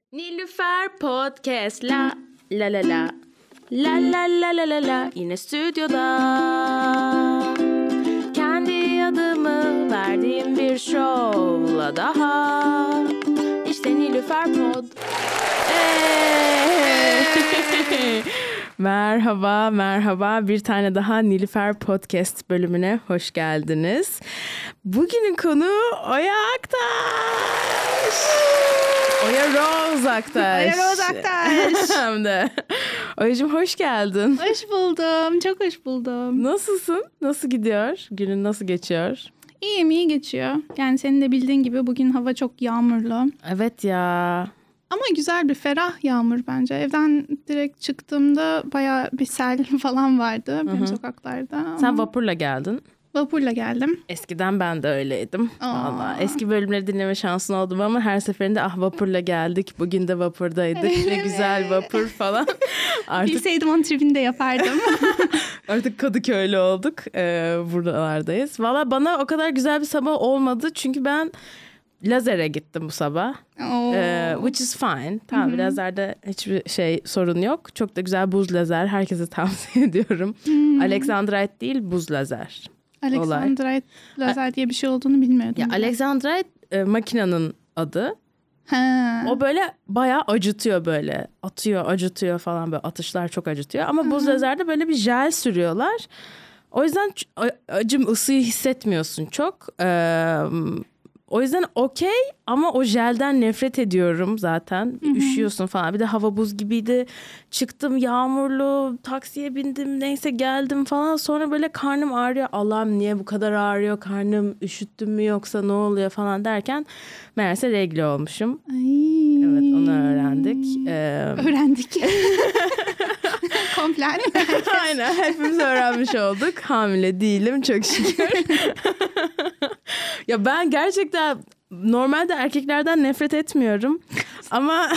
Nilüfer Podcast la la la la la la la la la la yine stüdyoda kendi adımı verdiğim bir şovla daha işte Nilüfer Pod. Merhaba bir tane daha Nilüfer Podcast bölümüne hoş geldiniz. Bugünün konuğu Oya Aktaş. Oya Rose Aktaş. Hem de. Oya'cığım hoş geldin. Hoş buldum. Çok hoş buldum. Nasılsın? Nasıl gidiyor? Günün nasıl geçiyor? İyiyim, iyi geçiyor. Yani senin de bildiğin gibi bugün hava çok yağmurlu. Evet ya. Ama güzel bir ferah yağmur bence. Evden direkt çıktığımda bayağı bir sel falan vardı benim sokaklarda. Sen vapurla geldin. Vapurla geldim. Eskiden ben de öyleydim. Vallahi eski bölümleri dinleme şansın oldu ama her seferinde vapurla geldik. Bugün de vapurdaydık. Ne güzel vapur falan. Bilseydim onun tribini de yapardım. Artık Kadıköy'lü olduk. Buralardayız. Valla bana o kadar güzel bir sabah olmadı. Çünkü ben lazere gittim bu sabah. Which is fine. Tamam, lazerde hiçbir sorun yok. Çok da güzel buz lazer. Herkese tavsiye ediyorum. Alexandrite değil, buz lazer. Alexandrite lazer diye bir şey olduğunu bilmiyordum. Ya Alexandrite makinenin adı. Ha. O böyle bayağı acıtıyor böyle. Atıyor, acıtıyor falan, böyle atışlar çok acıtıyor. Ama buz lazerde böyle bir jel sürüyorlar. O yüzden ısıyı hissetmiyorsun çok. O yüzden okey ama o jelden nefret ediyorum zaten. Üşüyorsun falan. Bir de hava buz gibiydi. Çıktım yağmurlu, taksiye bindim, neyse geldim falan. Sonra böyle karnım ağrıyor. Allah'ım niye bu kadar ağrıyor? Karnım üşüttüm mü yoksa ne oluyor falan derken meğerse regle olmuşum. Ay. Evet, onu öğrendik. Öğrendik. Komplen. Aynen, hepimiz öğrenmiş olduk. Hamile değilim çok şükür. Ya ben gerçekten normalde erkeklerden nefret etmiyorum. Ama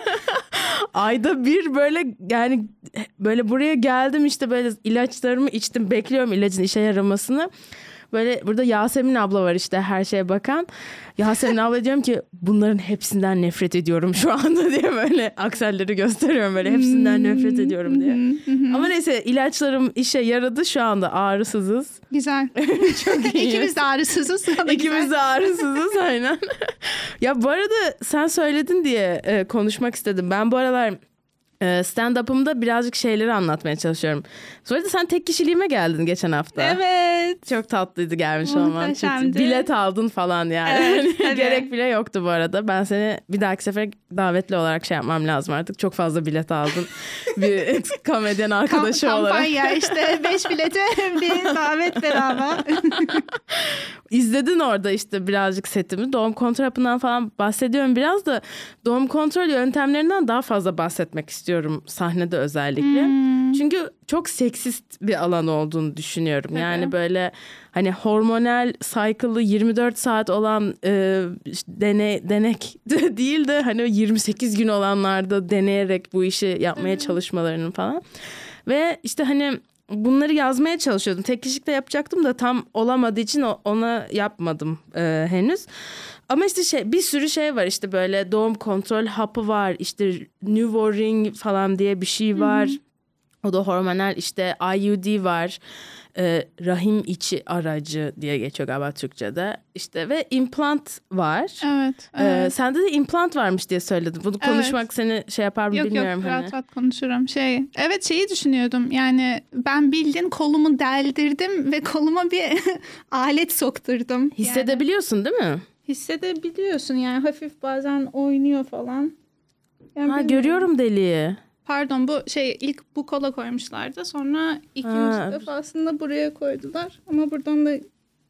ayda bir böyle, yani böyle buraya geldim, işte böyle ilaçlarımı içtim. Bekliyorum ilacın işe yaramasını. Böyle burada Yasemin abla var, işte her şeye bakan. Yasemin abla diyorum ki bunların hepsinden nefret ediyorum şu anda diye böyle akselleri gösteriyorum, böyle hepsinden nefret ediyorum diye. Ama neyse, ilaçlarım işe yaradı, şu anda ağrısızız. Güzel. Çok iyi. İkimiz de ağrısızız. İkimiz de ağrısızız aynen. Ya bu arada sen söyledin diye konuşmak istedim. Ben bu aralar stand-up'ımda birazcık şeyleri anlatmaya çalışıyorum. Sonra da sen tek kişiliğime geldin geçen hafta. Evet. Çok tatlıydı gelmiş olman. Muhteşemdi. Bilet aldın falan yani. Evet, Gerek bile yoktu bu arada. Ben seni bir dahaki sefer davetli olarak yapmam lazım artık. Çok fazla bilet aldın. Bir komedyen arkadaşı olarak. Kampanya işte 5 bilete bir davet beraber. İzledin orada işte birazcık setimi. Doğum kontrol hapından falan bahsediyorum biraz da. Doğum kontrol yöntemlerinden daha fazla bahsetmek istiyorum sahnede özellikle. Çünkü çok seksist bir alan olduğunu düşünüyorum. Tabii. Yani böyle hani hormonal cycle'ı 24 saat olan denek değil de hani 28 gün olanlarda deneyerek bu işi yapmaya çalışmalarının falan. Ve işte hani bunları yazmaya çalışıyordum. Tek kişilikte yapacaktım da tam olamadığı için ona yapmadım henüz. Ama işte bir sürü şey var, işte böyle doğum kontrol hapı var, işte NuvaRing falan diye bir şey var. O da hormonal, işte IUD var. Rahim içi aracı diye geçiyor galiba Türkçe'de. İşte ve implant var. Evet. Sende de implant varmış diye söyledin. Bunu konuşmak seni yapar mı bilmiyorum. Yok rahat konuşurum. Evet, şeyi düşünüyordum. Yani ben bildiğin kolumu deldirdim ve koluma bir alet sokturdum. Hissedebiliyorsun değil mi? Hissedebiliyorsun yani, hafif bazen oynuyor falan. Yani görüyorum deliği. Pardon, bu ilk bu kola koymuşlardı. Sonra ikinci defasında buraya koydular. Ama buradan da...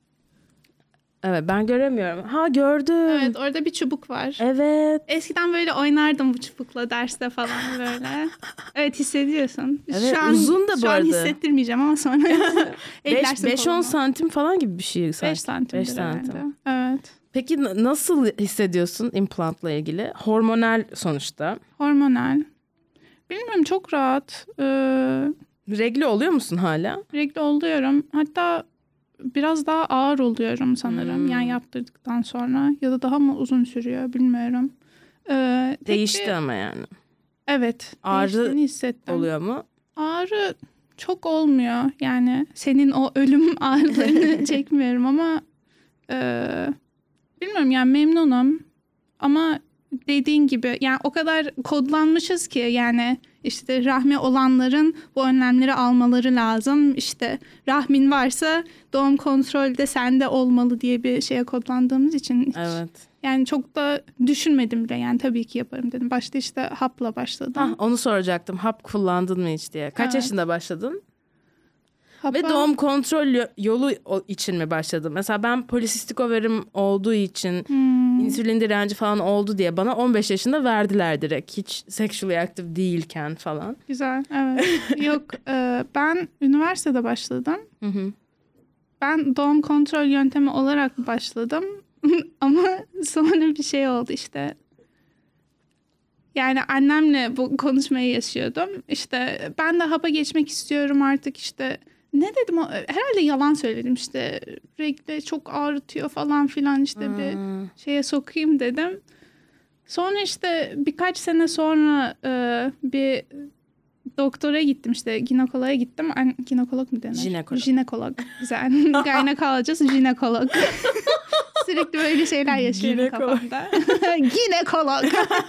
Evet, ben göremiyorum. Gördüm. Evet, orada bir çubuk var. Evet. Eskiden böyle oynardım bu çubukla derste falan böyle. Evet, hissediyorsun. Evet, uzun da bu şu arada. Şu an hissettirmeyeceğim ama sonra 5-10 santim falan gibi bir şey. 5 santim. 5 santim. Evet. Peki nasıl hissediyorsun implantla ilgili? Hormonal sonuçta. Hormonal. Bilmiyorum, çok rahat. Regle oluyor musun hala? Regle oluyorum. Hatta biraz daha ağır oluyorum sanırım. Yani yaptırdıktan sonra, ya da daha mı uzun sürüyor bilmiyorum. Değişti ama yani. Evet. Ağrı değiştiğini hissettim. oluyor mu? Ağrı çok olmuyor. Yani senin o ölüm ağrılarını çekmiyorum ama bilmiyorum yani memnunum. Ama dediğin gibi yani o kadar kodlanmışız ki yani işte rahmi olanların bu önlemleri almaları lazım. İşte rahmin varsa doğum kontrolü de sende olmalı diye bir şeye kodlandığımız için hiç, Evet. yani çok da düşünmedim bile yani tabii ki yaparım dedim. Başta işte hapla başladım. Onu soracaktım. Hap kullandın mı hiç diye. Kaç yaşında başladın? Hapa, Ve doğum kontrol yolu için mi başladın? Mesela ben polisistik ovarim olduğu için insülin direnci falan oldu diye bana 15 yaşında verdiler direkt. Hiç sexually active değilken falan. Güzel, evet. Yok, ben üniversitede başladım. Ben doğum kontrol yöntemi olarak başladım. Ama sonra bir şey oldu işte. Yani annemle bu konuşmayı yaşıyordum. İşte ben de hapa geçmek istiyorum artık işte. Ne dedim? Herhalde yalan söyledim işte. Regle çok ağrıtıyor falan filan işte bir şeye sokayım dedim. Sonra işte birkaç sene sonra bir doktora gittim işte ginekoloğa gittim. Ginekolog mu denir? Jinekolog. Jinekolog. Güzel. Gynecologist, jinekolog. Sürekli böyle şeyler yaşıyorum kafamda. Ginekolog.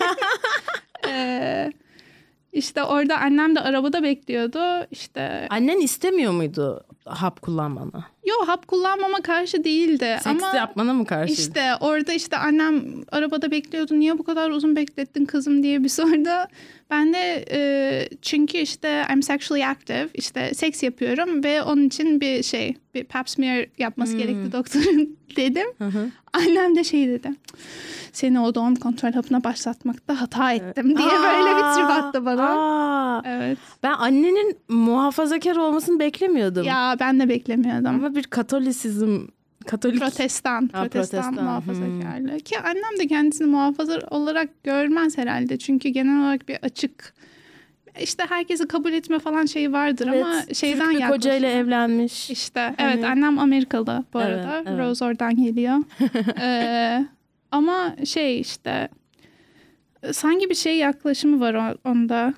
İşte orada annem de arabada bekliyordu. İşte annen istemiyor muydu hap kullanmanı? Yok, hap kullanmama karşı değildi. Seks ama yapmana mı karşıydı? İşte orada işte annem arabada bekliyordu. Niye bu kadar uzun beklettin kızım diye bir sordu. Ben de çünkü işte I'm sexually active. İşte seks yapıyorum ve onun için bir pap smear yapması gerekti doktorun dedim. Annem de dedi. Seni o doğum kontrol hapına başlatmakta hata ettim diye böyle bir trip attı bana. Evet. Ben annenin muhafazakar olmasını beklemiyordum. Ya ben de beklemiyordum. Ama bir Katolik. Protestan muhafazakarlığı. Ki annem de kendisini muhafaza olarak görmez herhalde. Çünkü genel olarak bir açık, işte herkesi kabul etme falan şeyi vardır ama şeyden yaklaşıyor. Türk bir kocayla evlenmiş. İşte evet, annem Amerikalı bu arada. Evet. Rose oradan geliyor. Ama işte sanki bir yaklaşımı var onda.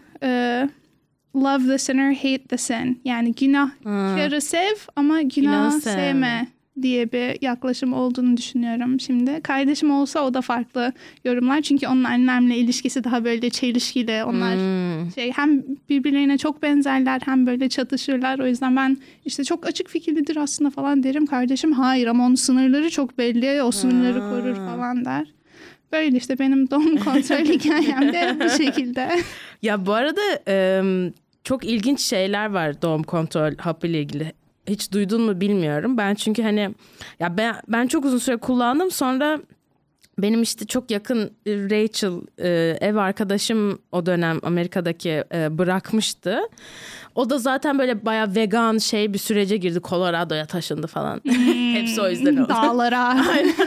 Love the sinner, hate the sin. Yani günahkarı sev ama günah sevme diye bir yaklaşım olduğunu düşünüyorum şimdi. Kardeşim olsa o da farklı yorumlar. Çünkü onun annemle ilişkisi daha böyle çelişkili. Onlar hem birbirlerine çok benzerler hem böyle çatışırlar. O yüzden ben işte çok açık fikirlidir aslında falan derim. Kardeşim hayır ama onun sınırları çok belli. O sınırları korur falan der. Böyle işte benim doğum kontrol hikayem de bu şekilde. Ya bu arada çok ilginç şeyler var doğum kontrol hapı ile ilgili. Hiç duydun mu bilmiyorum. Ben çünkü ben çok uzun süre kullandım. Sonra benim işte çok yakın Rachel ev arkadaşım o dönem Amerika'daki bırakmıştı. O da zaten böyle bayağı vegan bir sürece girdi. Colorado'ya taşındı falan. Hepsi o yüzden oldu. Dağlara.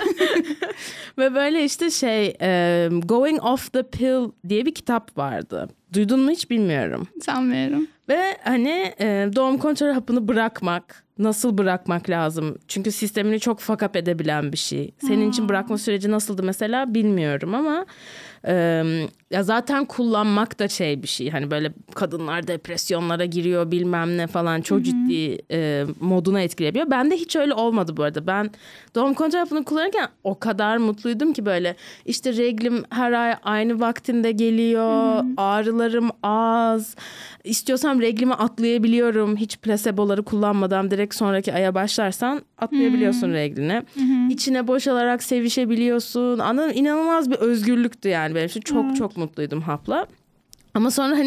Ve böyle işte Going Off the Pill diye bir kitap vardı. Duydun mu hiç bilmiyorum. Sanmıyorum. Ve doğum kontrol hapını nasıl bırakmak lazım? Çünkü sistemini çok fuck up edebilen bir şey. Senin için bırakma süreci nasıldı mesela bilmiyorum ama ya zaten kullanmak da bir şey. Hani böyle kadınlar depresyonlara giriyor bilmem ne falan, çok ciddi moduna etkileyebiliyor. Bende hiç öyle olmadı bu arada. Ben doğum kontrol hapını kullanırken o kadar mutluydum ki böyle işte reglim her ay aynı vaktinde geliyor. Ağrılarım az. İstiyorsam reglimi atlayabiliyorum. Hiç plaseboları kullanmadan direkt sonraki aya başlarsan atlayabiliyorsun reglini. İçine boşalarak sevişebiliyorsun. İnanılmaz bir özgürlüktü yani benim için. Çok mutluydum hapla. Ama sonra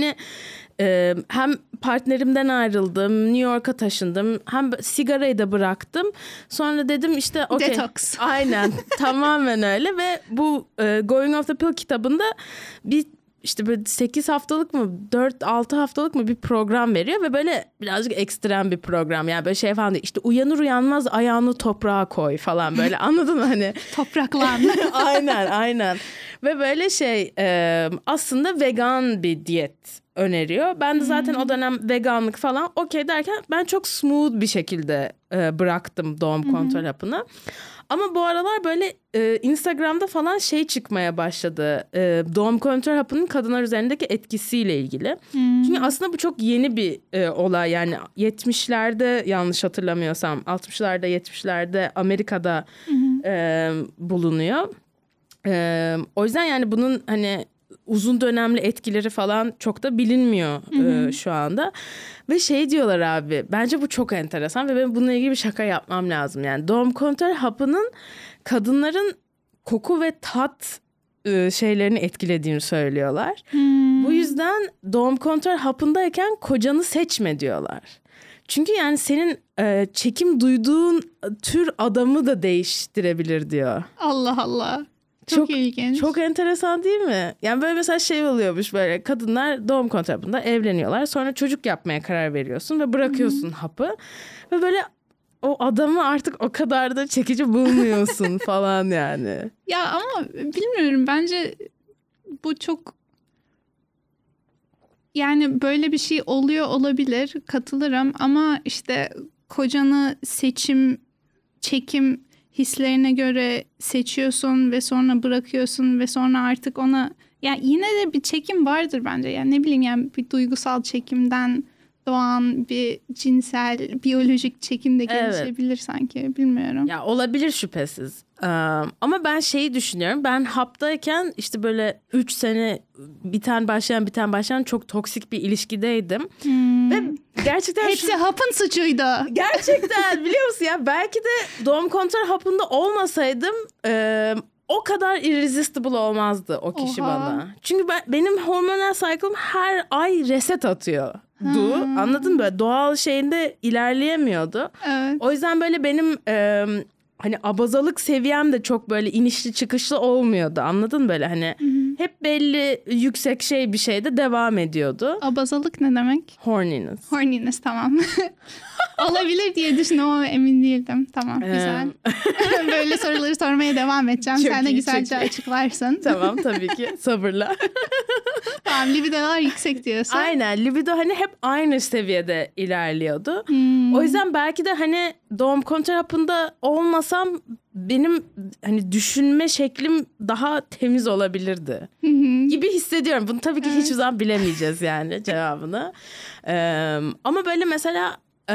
hem partnerimden ayrıldım, New York'a taşındım, hem sigarayı da bıraktım. Sonra dedim işte okey. Detox. Aynen, tamamen öyle ve bu Going Off the Pill kitabında işte böyle 8 haftalık mı 4-6 haftalık mı bir program veriyor ve böyle birazcık ekstrem bir program. Yani böyle falan değil. İşte uyanır uyanmaz ayağını toprağa koy falan böyle, anladın mı hani? Topraklan. Aynen. Ve böyle aslında vegan bir diyet öneriyor. Ben de zaten o dönem veganlık falan okey derken ben çok smooth bir şekilde bıraktım doğum kontrol hapını. Ama bu aralar böyle Instagram'da falan şey çıkmaya başladı. Doğum kontrol hapının kadınlar üzerindeki etkisiyle ilgili. Çünkü aslında bu çok yeni bir olay. Yani 70'lerde yanlış hatırlamıyorsam 60'larda 70'lerde Amerika'da bulunuyor. O yüzden yani bunun hani uzun dönemli etkileri falan çok da bilinmiyor şu anda. Ve şey diyorlar abi, bence bu çok enteresan ve ben bununla ilgili bir şaka yapmam lazım. Yani doğum kontrol hapının kadınların koku ve tat şeylerini etkilediğini söylüyorlar. Bu yüzden doğum kontrol hapındayken kocanı seçme diyorlar. Çünkü yani senin çekim duyduğun tür adamı da değiştirebilir diyor. Allah Allah. Çok ilginç. Çok enteresan değil mi? Yani böyle mesela şey oluyormuş, böyle kadınlar doğum kontrol hapında evleniyorlar. Sonra çocuk yapmaya karar veriyorsun ve bırakıyorsun hapı. Ve böyle o adamı artık o kadar da çekici bulmuyorsun falan yani. Ya ama bilmiyorum, bence bu çok, yani böyle bir şey oluyor olabilir, katılırım ama işte kocanı çekim hislerine göre seçiyorsun ve sonra bırakıyorsun ve sonra artık ona, yani yine de bir çekim vardır bence. Yani ne bileyim, yani bir duygusal çekimden doğan bir cinsel, biyolojik çekim de gelişebilir sanki, bilmiyorum. Ya olabilir şüphesiz. Ama ben şeyi düşünüyorum. Ben haptayken işte böyle 3 sene biten başlayan çok toksik bir ilişkideydim. Ve gerçekten hepsi hapın suçuydu. Gerçekten biliyor musun ya, belki de doğum kontrol hapında olmasaydım o kadar irresistible olmazdı o kişi bana. Çünkü benim hormonal cycle'ım her ay reset atıyordu. Anladın mı? Böyle doğal şeyinde ilerleyemiyordu. Evet. O yüzden böyle benim hani abazalık seviyem de çok böyle inişli çıkışlı olmuyordu. Anladın mı? Böyle hani hep belli yüksek bir şeyde devam ediyordu. Abazalık ne demek? Horniness. Horniness, tamam. Olabilir diye düşündüm ama emin değildim. Tamam, güzel. Böyle soruları sormaya devam edeceğim. Sen de güzelce açıklarsın. Tamam, tabii ki. Sabırla. Tamam, libidolar yüksek diyorsun. Aynen, libido hani hep aynı seviyede ilerliyordu. O yüzden belki de hani doğum kontrol hapında olmasam benim hani düşünme şeklim daha temiz olabilirdi gibi hissediyorum. Bunu tabii ki hiçbir zaman bilemeyeceğiz yani cevabını. Ama böyle mesela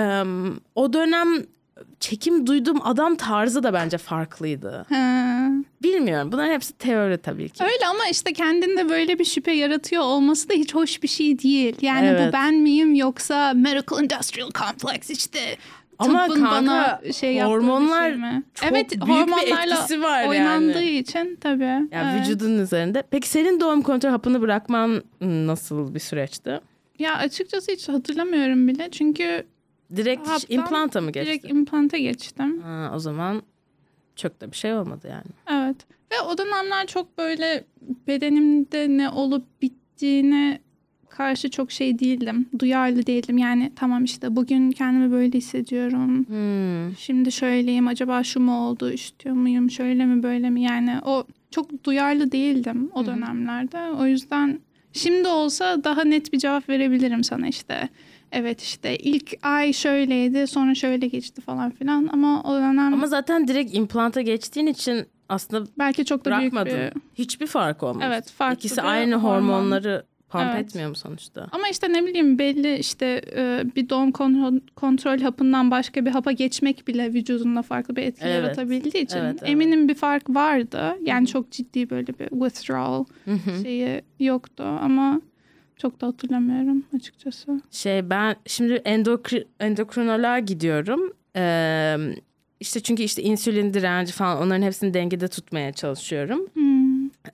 o dönem çekim duyduğum adam tarzı da bence farklıydı. Bilmiyorum. Bunların hepsi teori tabii ki. Öyle ama işte kendinde böyle bir şüphe yaratıyor olması da hiç hoş bir şey değil. Yani evet. Bu ben miyim yoksa medical industrial complex işte. Ama kanka bana hormonlar şey mi? çok evet, büyük hormonlarla bir etkisi var oynandığı yani. için tabii. Yani evet. Vücudun üzerinde. Peki senin doğum kontrol hapını bırakman nasıl bir süreçti? Ya açıkçası hiç hatırlamıyorum bile. Çünkü direkt implanta mı geçtin? Direkt implanta geçtim. O zaman çok da bir şey olmadı yani. Evet. Ve o dönemler çok böyle bedenimde ne olup bittiğine karşı çok şey değildim. Duyarlı değildim. Yani tamam işte bugün kendimi böyle hissediyorum. Şimdi şöyleyim. Acaba şu mu oldu? İstiyor muyum? Şöyle mi böyle mi? Yani o çok duyarlı değildim o dönemlerde. O yüzden şimdi olsa daha net bir cevap verebilirim sana işte. Evet işte ilk ay şöyleydi, sonra şöyle geçti falan filan ama o dönem... Ama zaten direkt implanta geçtiğin için aslında belki çok da büyük bir... Hiçbir fark olmaz. Evet, farklı. İkisi aynı hormonları pump etmiyor mu sonuçta? Ama işte ne bileyim, belli işte bir doğum kontrol hapından başka bir hapa geçmek bile vücudunda farklı bir etki yaratabildiği için eminim bir fark vardı. Yani çok ciddi böyle bir withdrawal şeyi yoktu ama... Çok da hatırlamıyorum açıkçası. Ben şimdi endokrinoloğa gidiyorum. İşte çünkü işte insülin direnci falan, onların hepsini dengede tutmaya çalışıyorum.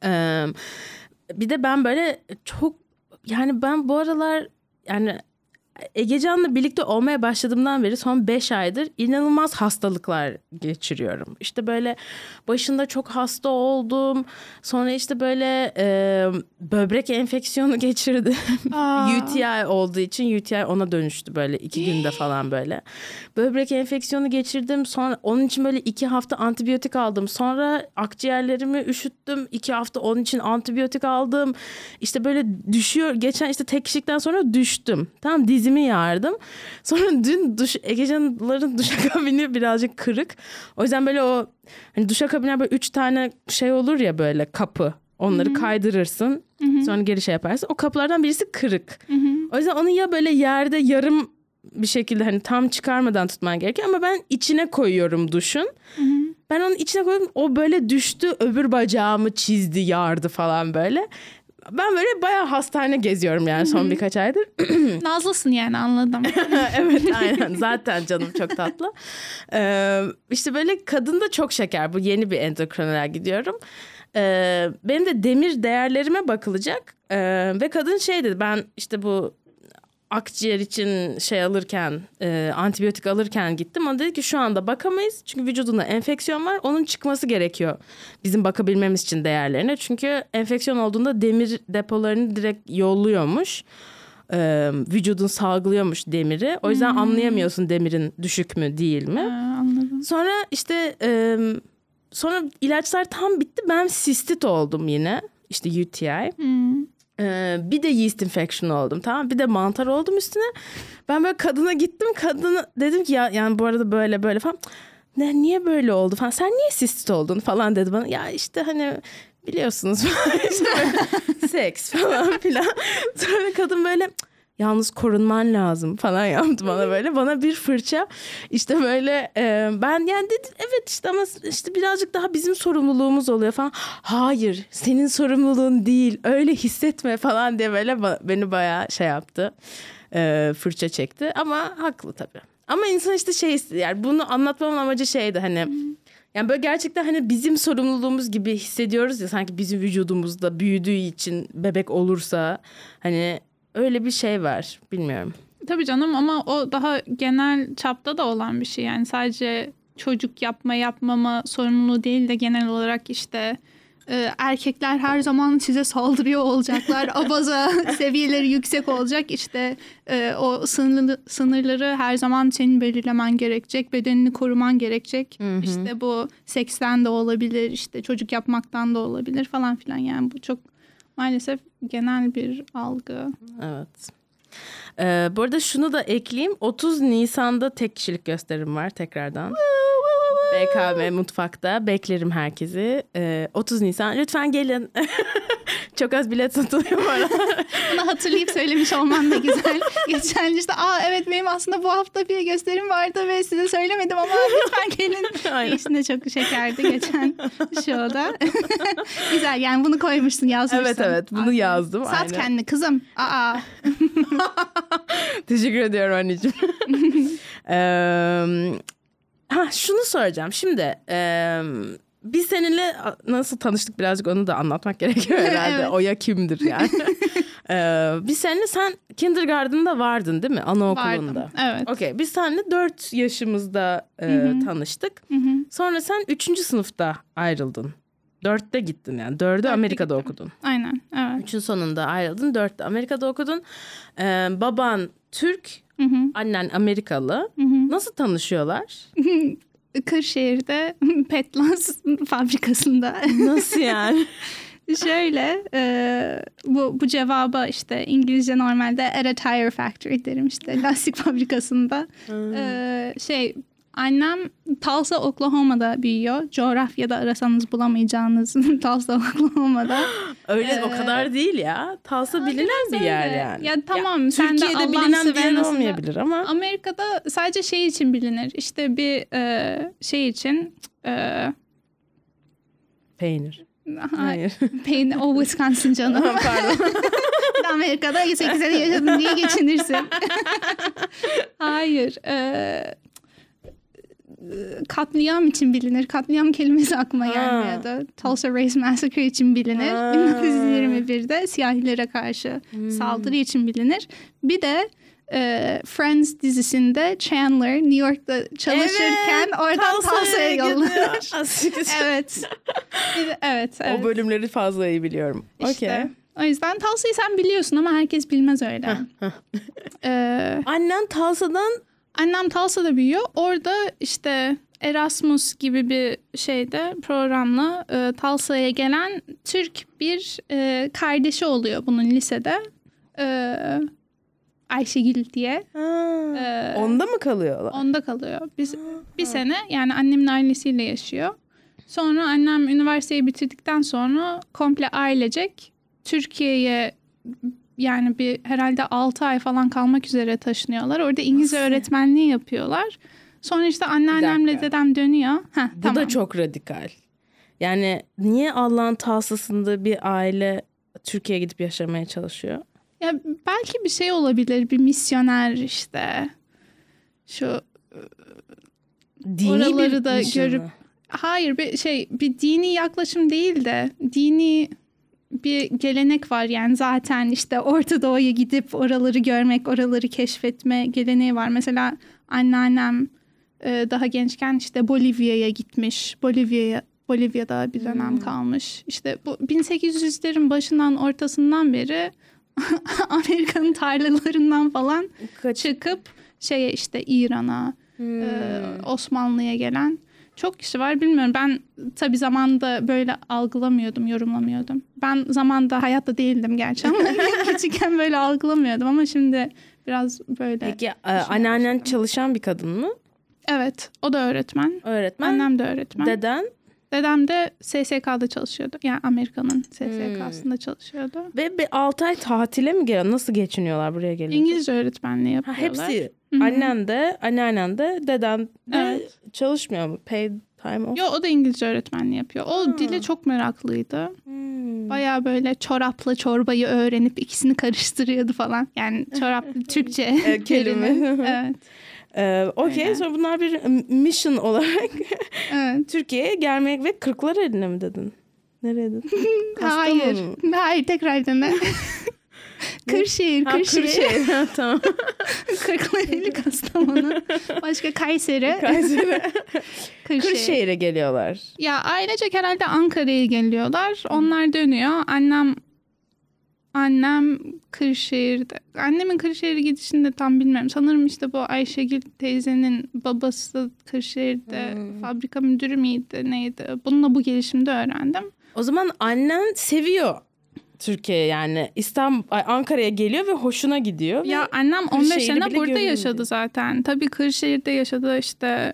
Bir de ben böyle çok, yani ben bu aralar yani Egecan'la birlikte olmaya başladığımdan beri son 5 aydır inanılmaz hastalıklar geçiriyorum. İşte böyle başında çok hasta oldum. Sonra işte böyle böbrek enfeksiyonu geçirdim. UTI olduğu için UTI ona dönüştü böyle 2 günde falan böyle. Böbrek enfeksiyonu geçirdim. Sonra onun için böyle 2 hafta antibiyotik aldım. Sonra akciğerlerimi üşüttüm. 2 hafta onun için antibiyotik aldım. İşte böyle düşüyor. Geçen işte tek kişilikten sonra düştüm. Tamam, dizimi yardım. Sonra dün Egecanların duşakabini birazcık kırık. O yüzden böyle o hani duşakabine böyle 3 tane şey olur ya böyle kapı. Onları kaydırırsın. Sonra geri şey yaparsın. O kapılardan birisi kırık. O yüzden onu ya böyle yerde yarım bir şekilde hani tam çıkarmadan tutman gerekiyor ama ben içine koyuyorum duşun. Ben onun içine koydum. O böyle düştü, öbür bacağımı çizdi, yardı falan böyle. Ben böyle bayağı hastane geziyorum yani son birkaç aydır. Nazlısın yani, anladım. Evet, aynen. Zaten canım çok tatlı. İşte böyle kadın da çok şeker. Bu yeni bir endokrinoloğa gidiyorum. Benim de demir değerlerime bakılacak. Ve kadın şey dedi, ben işte bu akciğer için şey alırken, antibiyotik alırken gittim. O dedi ki şu anda bakamayız. Çünkü vücudunda enfeksiyon var. Onun çıkması gerekiyor bizim bakabilmemiz için değerlerine. Çünkü enfeksiyon olduğunda demir depolarını direkt yolluyormuş. Vücudun salgılıyormuş demiri. O yüzden anlayamıyorsun demirin düşük mü değil mi? Anladım. Sonra işte sonra ilaçlar tam bitti. Ben sistit oldum yine. İşte UTI. Bir de yeast infection oldum, tamam, bir de mantar oldum üstüne. Ben böyle kadına gittim, kadına dedim ki ya yani bu arada böyle böyle falan, niye böyle oldu falan, sen niye sistit oldun falan dedi bana. Ya işte hani biliyorsunuz seks falan filan. Sonra kadın böyle yalnız korunman lazım falan yaptı bana böyle. Bana bir fırça. İşte böyle ben yani dedim evet işte ama işte birazcık daha bizim sorumluluğumuz oluyor falan. Hayır, senin sorumluluğun değil. Öyle hissetme falan diye böyle beni bayağı şey yaptı. Fırça çekti ama haklı tabii. Ama insan işte şey yani bunu anlatmamın amacı şeydi hani. Yani böyle gerçekten hani bizim sorumluluğumuz gibi hissediyoruz ya, sanki bizim vücudumuzda büyüdüğü için bebek olursa hani öyle bir şey var, bilmiyorum. Tabii canım, ama o daha genel çapta da olan bir şey. Yani sadece çocuk yapmama sorumluluğu değil de genel olarak işte erkekler her zaman size saldırıyor olacaklar. Abaza seviyeleri yüksek olacak. İşte o sınırları her zaman senin belirlemen gerekecek. Bedenini koruman gerekecek. İşte bu seksten de olabilir. İşte çocuk yapmaktan da olabilir falan filan. Yani bu çok maalesef genel bir algı. Evet. Bu arada şunu da ekleyeyim. 30 Nisan'da tek kişilik gösterim var tekrardan. BKM Mutfak'ta beklerim herkesi. 30 Nisan lütfen gelin. Çok az bilet satılıyor bu arada. Bunu hatırlayıp söylemiş olman da güzel. Geçen işte evet benim aslında bu hafta bir gösterim vardı ve size söylemedim ama lütfen gelin. Aynen. İşte çok şekerdi geçen show'da. Güzel, yani bunu koymuşsun, yazmışsın. Evet bunu yazdım. Sat aynen. kendini kızım. Teşekkür ediyorum anneciğim. Şunu soracağım. Şimdi biz seninle nasıl tanıştık birazcık onu da anlatmak gerekiyor herhalde. Evet. Oya kimdir yani? Biz seninle sen kindergarten'da vardın değil mi? Anaokulunda. Vardım, evet. Okey. Biz seninle 4 yaşımızda tanıştık. Sonra sen 3. sınıfta ayrıldın. 4'te gittin yani. 4'ü Amerika'da gittim. okudun. Aynen, evet. 3'ün sonunda ayrıldın. 4'te Amerika'da okudun. Baban Türk, annen Amerikalı. Nasıl tanışıyorlar? Kırşehir'de Petlas fabrikasında. Nasıl yani? Şöyle bu cevaba işte İngilizce normalde at a tire factory derim, işte lastik fabrikasında. Annem Tulsa, Oklahoma'da büyüyor. Coğrafyada arasanız bulamayacağınız Tulsa, Oklahoma'da. Öyle o kadar değil ya. Tulsa bilinen bir yer yani. Ya tamam, sen de Türkiye'de Allah'ın bilinen bir yer seversen olmayabilir ama. Amerika'da sadece şey için bilinir. İşte bir şey için Peynir. Hayır. Peynir. O Wisconsin canım. Pardon. Amerika'da 8 sene yaşadın diye geçinirsin. Hayır. Katliam için bilinir. Katliam kelimesi aklıma gelmiyordu. Tulsa Race Massacre için bilinir. 1921'de siyahilere karşı saldırı için bilinir. Bir de Friends dizisinde Chandler New York'ta çalışırken oradan Tulsa'ya yollanır. Evet. Evet. O bölümleri fazla iyi biliyorum. İşte, okay. O yüzden Tulsa'yı sen biliyorsun ama herkes bilmez öyle. Annen Tulsa'dan... Annem Tulsa'da büyüyor. Orada işte Erasmus gibi bir şeyde programla Tulsa'ya gelen Türk bir kardeşi oluyor bunun lisede. Ayşegül diye. Onda mı kalıyorlar? Onda kalıyor. Biz bir sene yani annemin ailesiyle yaşıyor. Sonra annem üniversiteyi bitirdikten sonra komple ailecek Türkiye'ye yani bir herhalde 6 ay falan kalmak üzere taşınıyorlar. Orada İngilizce öğretmenliği yapıyorlar. Sonra işte anneannemle dedem dönüyor. Bu tamam. da çok radikal. Yani niye Allah'ın tavsasında bir aile Türkiye'ye gidip yaşamaya çalışıyor? Ya belki bir şey olabilir. Bir misyoner işte. Şu Dini oraları da mission görüp mı? Hayır bir dini yaklaşım değil de dini bir gelenek var yani zaten işte Orta Doğu'ya gidip oraları görmek, oraları keşfetme geleneği var. Mesela anneannem daha gençken işte Bolivya'ya gitmiş. Bolivya'da bir dönem kalmış. İşte bu 1800'lerin başından ortasından beri Amerika'nın tarlalarından falan çıkıp şeye işte İran'a, Osmanlı'ya gelen çok kişi var. Bilmiyorum, ben tabii zamanında böyle algılamıyordum, yorumlamıyordum. Ben zamanında hayatta değildim gerçi ama küçükken böyle algılamıyordum ama şimdi biraz böyle. Peki anneannen çalışan bir kadın mı? Evet, o da öğretmen. Annem de öğretmen. Dedem de SSK'da çalışıyordu. Yani Amerika'nın SSK'sında çalışıyordu. Ve bir 6 ay tatile mi geliyor? Nasıl geçiniyorlar buraya gelince? İngilizce öğretmenliği yapıyorlar. Hepsi. Hı-hı. Annen de, anneannen de, deden de çalışmıyor mu? Paid time off. Yok, o da İngilizce öğretmenliği yapıyor. O dile çok meraklıydı. Bayağı böyle çorapla çorbayı öğrenip ikisini karıştırıyordu falan. Yani çoraplı Türkçe kelime. Evet. Okey, sonra bunlar bir mission olarak Türkiye'ye gelmek ve Kırklar eline mi dedin? Nereye dedin? Hayır, tekrar dene. Kırşehir. Tamam. Kırklareli, Kastamonu. Başka Kayseri. Kırşehir'e geliyorlar. Ya ailecek herhalde Ankara'ya geliyorlar. Onlar dönüyor. Annem Kırşehir'de. Annemin Kırşehir'e gidişini de tam bilmiyorum. Sanırım işte bu Ayşegül teyzenin babası Kırşehir'de fabrika müdürü müydü neydi? Bununla bu gelişimde öğrendim. O zaman annen seviyor Türkiye, yani Ankara'ya geliyor ve hoşuna gidiyor. Ya annem 15 sene burada yaşadı zaten. Tabii Kırşehir'de yaşadı işte.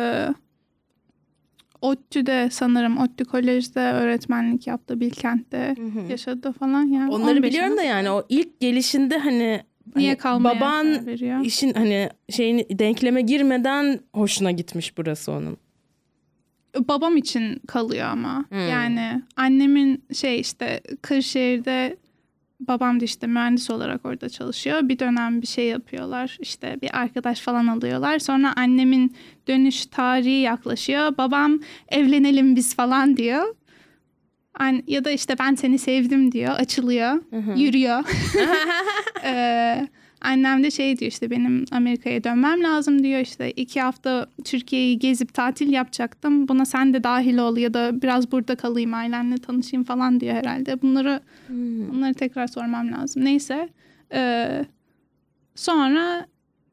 ODTÜ'de sanırım, ODTÜ Kolej'de öğretmenlik yaptı, Bilkent'te yaşadı falan yani. Onları biliyorum da yani o ilk gelişinde hani niye kalmaya baban işin hani şeyini denkleme girmeden hoşuna gitmiş burası onun. Babam için kalıyor ama yani annemin işte Kırşehir'de, babam da işte mühendis olarak orada çalışıyor. Bir dönem bir şey yapıyorlar. İşte bir arkadaş falan alıyorlar. Sonra annemin dönüş tarihi yaklaşıyor. Babam evlenelim biz falan diyor. Ya da işte ben seni sevdim diyor. Açılıyor. Yürüyor. Annem de şey diyor, işte benim Amerika'ya dönmem lazım diyor. İşte 2 hafta Türkiye'yi gezip tatil yapacaktım. Buna sen de dahil ol ya da biraz burada kalayım, ailenle tanışayım falan diyor herhalde. Bunları tekrar sormam lazım. Neyse. Sonra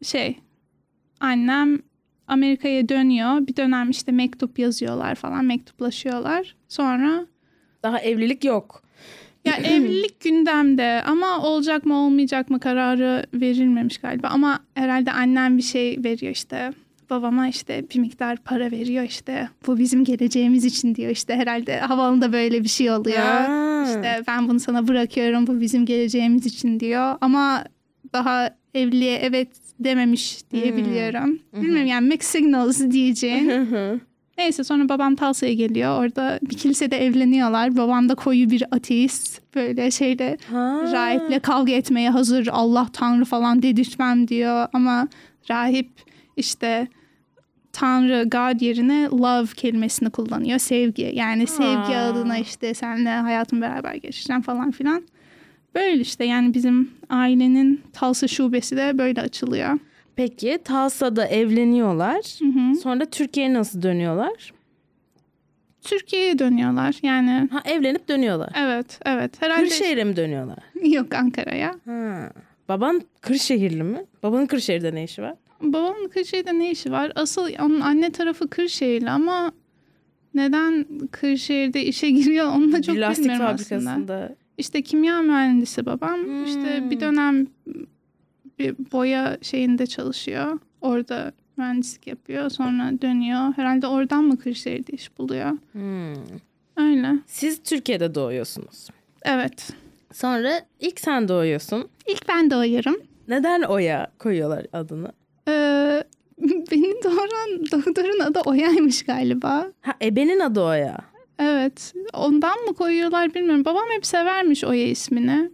annem Amerika'ya dönüyor. Bir dönem işte mektup yazıyorlar falan. Mektuplaşıyorlar. Sonra daha evlilik yok. Ya evlilik gündemde ama olacak mı olmayacak mı kararı verilmemiş galiba. Ama herhalde annem bir şey veriyor işte. Babama işte bir miktar para veriyor işte. Bu bizim geleceğimiz için diyor işte. Herhalde havaalanında böyle bir şey oluyor. İşte ben bunu sana bırakıyorum, bu bizim geleceğimiz için diyor. Ama daha evliliğe evet dememiş diye biliyorum. Bilmiyorum yani mixed signals diyeceğin. Neyse, sonra babam Tulsa'ya geliyor. Orada bir kilisede evleniyorlar. Babam da koyu bir ateist. Böyle rahiple kavga etmeye hazır. Allah Tanrı falan dedirtmem diyor. Ama rahip işte Tanrı, God yerine love kelimesini kullanıyor. Sevgi. Yani sevgi adına işte seninle hayatımı beraber geçireceğim falan filan. Böyle işte yani bizim ailenin Tulsa şubesi de böyle açılıyor. Peki Tulsa'da evleniyorlar. Sonra Türkiye'ye nasıl dönüyorlar? Türkiye'ye dönüyorlar yani. Ha, evlenip dönüyorlar. Evet. Herhalde Kırşehir'e mi dönüyorlar? Yok, Ankara'ya. Ha. Baban Kırşehirli mi? Babanın Kırşehir'de ne işi var? Babamın Kırşehir'de ne işi var? Asıl onun anne tarafı Kırşehirli ama neden Kırşehir'de işe giriyor onu da çok Lastik bilmiyorum fabrikasında. aslında. İşte kimya mühendisi babam. İşte bir dönem bir boya şeyinde çalışıyor. Orada mühendislik yapıyor. Sonra dönüyor. Herhalde oradan mı Kırşehir'de iş buluyor? Öyle. Siz Türkiye'de doğuyorsunuz. Evet. Sonra ilk sen doğuyorsun. İlk ben doğuyorum. Neden Oya koyuyorlar adını? Beni doğuran doktorun adı Oya'ymış galiba. Ha, ebenin adı Oya. Evet. Ondan mı koyuyorlar bilmiyorum. Babam hep severmiş Oya ismini.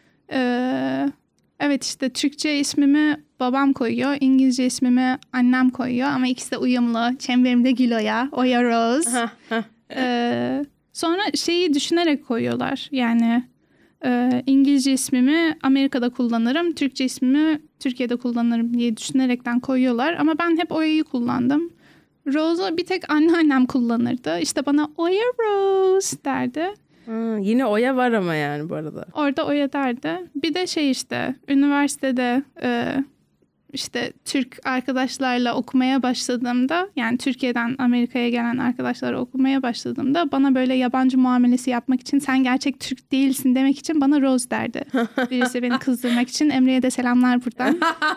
Evet işte Türkçe ismimi babam koyuyor. İngilizce ismimi annem koyuyor. Ama ikisi de uyumlu. Çemberimde gül Oya. Oya Rose. Sonra şeyi düşünerek koyuyorlar. Yani İngilizce ismimi Amerika'da kullanırım. Türkçe ismimi Türkiye'de kullanırım diye düşünerekten koyuyorlar. Ama ben hep Oya'yı kullandım. Rose'u bir tek anneannem kullanırdı. İşte bana Oya Rose derdi. Yine Oya var ama yani bu arada. Orada Oya derdi. Bir de şey işte üniversitede işte Türk arkadaşlarla okumaya başladığımda yani Türkiye'den Amerika'ya gelen arkadaşlarla okumaya başladığımda bana böyle yabancı muamelesi yapmak için sen gerçek Türk değilsin demek için bana Rose derdi. Birisi beni kızdırmak için. Emre'ye de selamlar buradan.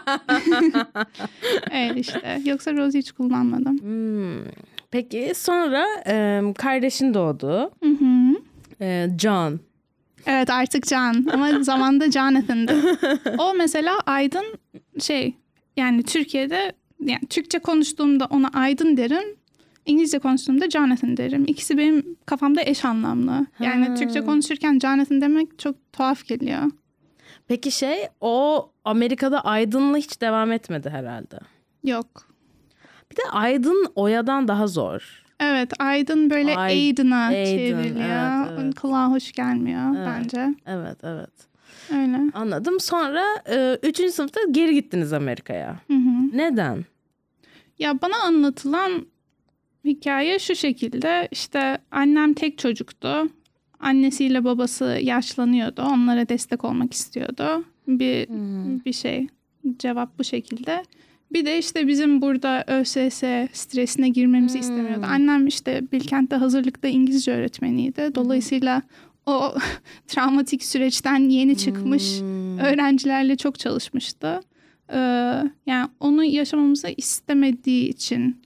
Öyle işte. Yoksa Rose hiç kullanmadım. Peki sonra kardeşin doğdu. John. Evet artık Can ama zamanda Jonathan'dı. O mesela Aydın yani Türkiye'de yani Türkçe konuştuğumda ona Aydın derim. İngilizce konuştuğumda Jonathan derim. İkisi benim kafamda eş anlamlı. Yani Türkçe konuşurken Jonathan demek çok tuhaf geliyor. Peki o Amerika'da Aydın'la hiç devam etmedi herhalde. Yok. Bir de Aydın Oya'dan daha zor. Evet Aydın böyle Aydın'a çevriliyor. Evet. Kulağa hoş gelmiyor bence. Evet. Öyle. Anladım. Sonra 3. sınıfta geri gittiniz Amerika'ya. Neden? Ya bana anlatılan hikaye şu şekilde. İşte annem tek çocuktu. Annesiyle babası yaşlanıyordu. Onlara destek olmak istiyordu. Cevap bu şekilde. Bir de işte bizim burada ÖSS stresine girmemizi istemiyordu. Annem işte Bilkent'te hazırlıkta İngilizce öğretmeniydi. Dolayısıyla o travmatik süreçten yeni çıkmış öğrencilerle çok çalışmıştı. Yani onu yaşamamızı istemediği için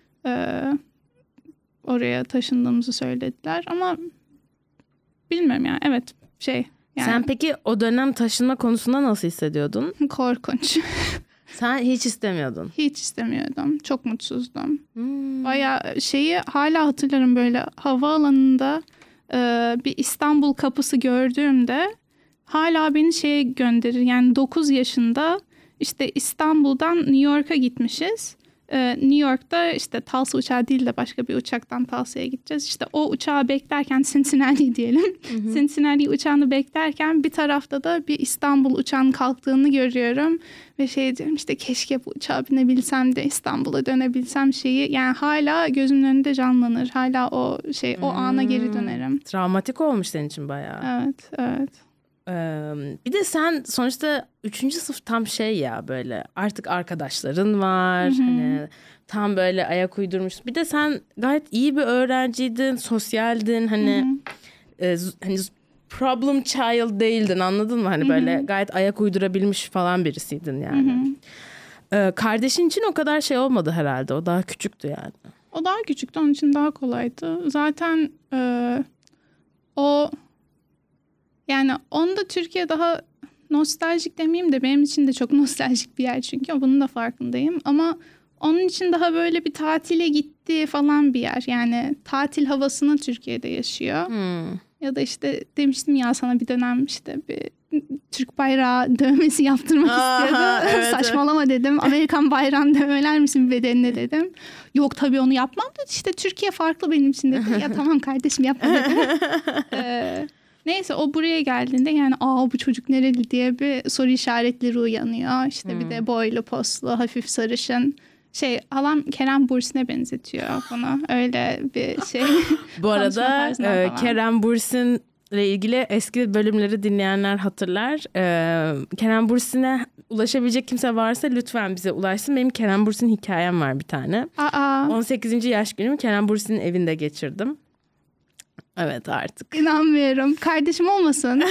oraya taşındığımızı söylediler. Ama bilmiyorum yani evet yani. Sen peki o dönem taşınma konusunda nasıl hissediyordun? Korkunç. Sen hiç istemiyordun. Hiç istemiyordum. Çok mutsuzdum. Bayağı hala hatırlarım böyle havaalanında bir İstanbul kapısı gördüğümde hala beni gönderir. Yani 9 yaşında işte İstanbul'dan New York'a gitmişiz. New York'ta işte Tulsa uçağı değil de başka bir uçaktan Tulsa'ya gideceğiz. İşte o uçağı beklerken Cincinnati diyelim. Cincinnati uçağını beklerken bir tarafta da bir İstanbul uçağının kalktığını görüyorum. Ve diyorum işte keşke bu uçağa binebilsem de İstanbul'a dönebilsem yani hala gözümün önünde canlanır. Hala o ana geri dönerim. Travmatik olmuş senin için bayağı. Evet. Bir de sen sonuçta 3. sınıf tam ya böyle artık arkadaşların var. Hani tam böyle ayak uydurmuşsun. Bir de sen gayet iyi bir öğrenciydin, sosyaldin. Hani hani problem child değildin, anladın mı? Hani böyle gayet ayak uydurabilmiş falan birisiydin yani. Kardeşin için o kadar olmadı herhalde. O daha küçüktü yani. O daha küçüktü, onun için daha kolaydı. Zaten yani onda Türkiye daha nostaljik demeyeyim de benim için de çok nostaljik bir yer çünkü bunun da farkındayım. Ama onun için daha böyle bir tatile gitti falan bir yer. Yani tatil havasını Türkiye'de yaşıyor. Ya da işte demiştim ya sana bir dönem işte bir Türk bayrağı dövmesi yaptırmak istiyordu. Evet, saçmalama dedim. Amerikan bayrağını dövmeler misin bedenine dedim. Yok tabii onu yapmam dedi. İşte Türkiye farklı benim için dedi. Ya tamam kardeşim yapma dedi. Neyse o buraya geldiğinde yani bu çocuk nereli diye bir soru işaretleri uyanıyor. İşte bir de boylu poslu hafif sarışın. Halam Kerem Bürsin'e benzetiyor bunu. Öyle bir şey. Bu arada Kerem Bürsin ile ilgili eski bölümleri dinleyenler hatırlar. Kerem Bürsin'e ulaşabilecek kimse varsa lütfen bize ulaşsın. Benim Kerem Bürsin hikayem var bir tane. 18. yaş günümü Kerem Bürsin'in evinde geçirdim. Evet artık. İnanmıyorum. Kardeşim olmasın.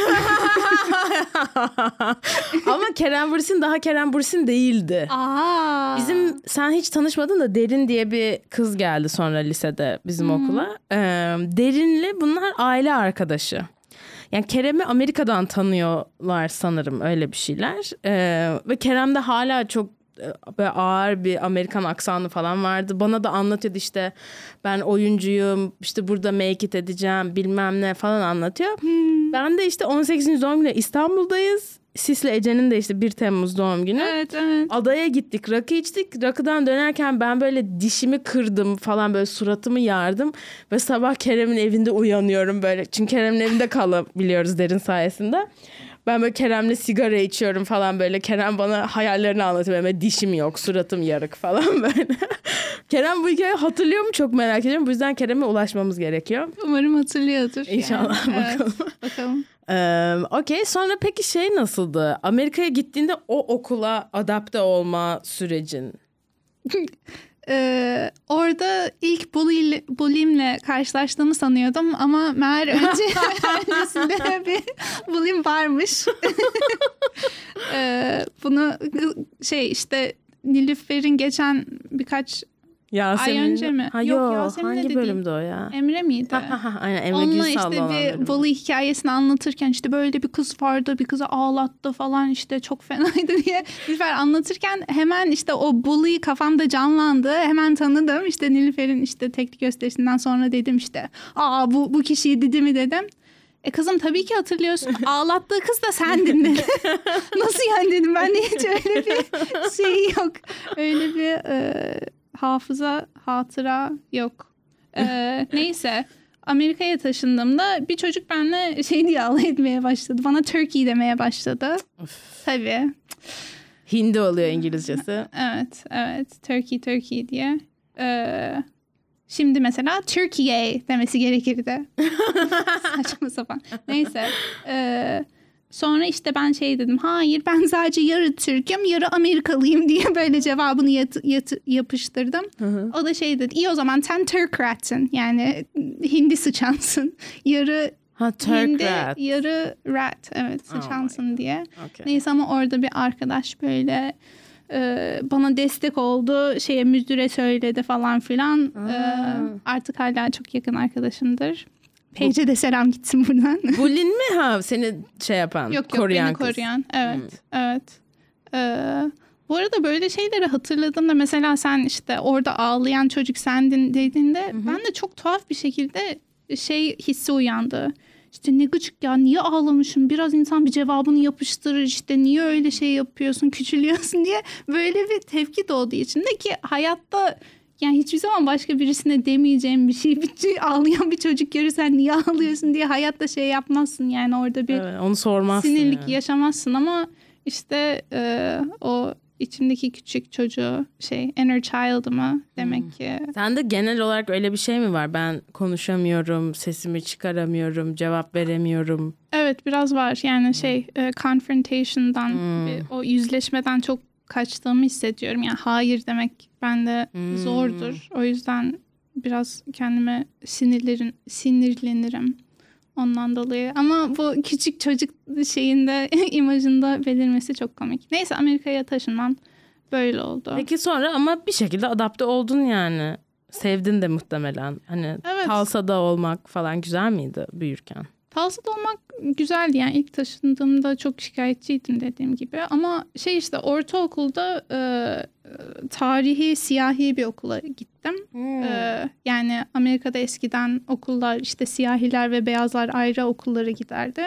Ama Kerem Bürsin daha Kerem Bürsin değildi. Bizim sen hiç tanışmadın da Derin diye bir kız geldi sonra lisede bizim okula. Derin'le bunlar aile arkadaşı. Yani Kerem'i Amerika'dan tanıyorlar sanırım öyle bir şeyler. Ve Kerem'de hala çok böyle ağır bir Amerikan aksanı falan vardı. Bana da anlatıyordu işte ben oyuncuyum, işte burada make it edeceğim bilmem ne falan anlatıyor. Ben de işte 18. doğum günü İstanbul'dayız. Sis'le Ece'nin de işte 1 Temmuz doğum günü. Evet. Adaya gittik, rakı içtik. Rakıdan dönerken ben böyle dişimi kırdım falan, böyle suratımı yardım. Ve sabah Kerem'in evinde uyanıyorum böyle. Çünkü Kerem'in evinde kalabiliyoruz Derin sayesinde. Ben böyle Kerem'le sigara içiyorum falan böyle. Kerem bana hayallerini anlatıyor. Böyle dişim yok, suratım yarık falan böyle. Kerem bu hikayeyi hatırlıyor mu çok merak ediyorum. Bu yüzden Kerem'e ulaşmamız gerekiyor. Umarım hatırlıyordur. İnşallah yani. Bakalım. Evet, bakalım. Okey, sonra peki nasıldı? Amerika'ya gittiğinde o okula adapte olma sürecin. Orada ilk bully'imle karşılaştığımı sanıyordum ama meğer öncesinde bir bully'im varmış. Bunu işte Nilüfer'in geçen birkaç ay önce mi? Yok Yasemin'le hangi bölümde değil. O ya? Emre miydi? Aynen Emre Onunla Gülsal'la işte bir bully hikayesini anlatırken işte böyle bir kız vardı, bir kızı ağlattı falan, işte çok fenaydı diye Nilüfer anlatırken hemen işte o bully kafamda canlandı. Hemen tanıdım. İşte Nilüfer'in işte teknik gösterisinden sonra dedim işte bu kişiydi değil mi dedim. Kızım tabii ki hatırlıyorsun. Ağlattığı kız da sendin dedi. Nasıl yani dedim. Ben de hiç öyle bir şey yok. Öyle bir hatıra yok. Neyse. Amerika'ya taşındığımda bir çocuk benimle diye alay etmeye başladı. Bana Turkey demeye başladı. Tabii. Hindi oluyor İngilizcesi. Evet. Turkey diye. Şimdi mesela Türkiye demesi gerekirdi. Saçma sapan. Neyse. Sonra işte ben dedim. Hayır, ben sadece yarı Türk'üm, yarı Amerikalıyım diye böyle cevabını yapıştırdım. Hı. O da dedi. İyi o zaman sen Türk ratsın. Yani Hindi sıçansın. Yarı Hindi, yarı rat. Evet, sıçansın diye. Okay. Neyse ama orada bir arkadaş böyle bana destek oldu. Müdüre söyledi falan filan. Artık hala çok yakın arkadaşımdır. Page'e de selam gitsin buradan. Bulin mi seni yapan? Yok koruyan beni kız. Koruyan. Evet. Bu arada böyle şeyleri hatırladığımda mesela sen işte orada ağlayan çocuk sendin dediğinde ben de çok tuhaf bir şekilde hissi uyandı. İşte ne gıcık ya, niye ağlamışım? Biraz insan bir cevabını yapıştırır, işte niye öyle yapıyorsun, küçülüyorsun diye böyle bir tepki doğduğu içinde ki hayatta yani hiçbir zaman başka birisine demeyeceğim bir şey. Ağlayan bir çocuk görürsen niye ağlıyorsun diye hayatta yapmazsın. Yani orada bir onu sormazsın sinirlik yani. Yaşamazsın ama işte o içimdeki küçük çocuğu inner child'ımı demek ki. Sende genel olarak öyle bir şey mi var? Ben konuşamıyorum, sesimi çıkaramıyorum, cevap veremiyorum. Evet, biraz var. Yani confrontation'dan o yüzleşmeden çok kaçtığımı hissediyorum. Yani hayır demek bende zordur. O yüzden biraz kendime sinirlenirim. Ondan dolayı. Ama bu küçük çocuk imajında belirmesi çok komik. Neyse, Amerika'ya taşınmam böyle oldu. Peki sonra ama bir şekilde adapte oldun yani. Sevdin de muhtemelen. Hani evet. Tulsa'da olmak falan güzel miydi büyürken? Tulsa'da olmak güzeldi. Yani ilk taşındığımda çok şikayetçiydim dediğim gibi. Ama ortaokulda tarihi, siyahi bir okula gittim. Yani Amerika'da eskiden okullar işte siyahiler ve beyazlar ayrı okullara giderdi.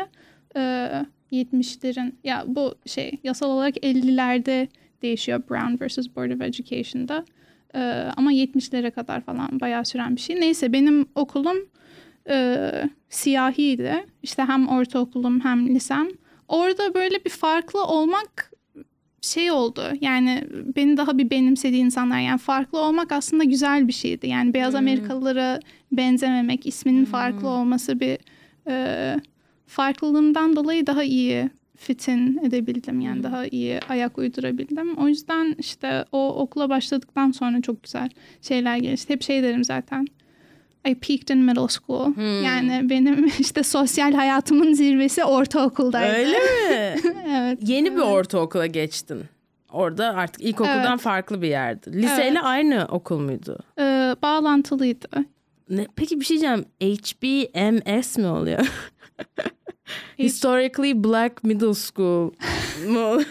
70'lerin ya bu yasal olarak 50'lerde değişiyor Brown vs. Board of Education'da. Ama 70'lere kadar falan bayağı süren bir şey. Neyse benim okulum siyahiydi. İşte hem ortaokulum hem lisem. Orada böyle bir farklı olmak şey oldu. Yani beni daha bir benimsediği insanlar. Yani farklı olmak aslında güzel bir şeydi. Yani beyaz Amerikalılara benzememek, isminin farklı olması bir farklılığımdan dolayı daha iyi fitin edebildim. Yani daha iyi ayak uydurabildim. O yüzden işte o okula başladıktan sonra çok güzel şeyler gelişti. Hep şey derim zaten. I peaked in middle school. Yani benim işte sosyal hayatımın zirvesi ortaokuldaydı. Öyle mi? Evet. Yeni bir ortaokula geçtin. Orada artık ilkokuldan farklı bir yerdi. Liseyle aynı okul muydu? Bağlantılıydı. Ne? Peki bir şey diyeceğim. HBMS mi oluyor? Historically Black Middle School mu?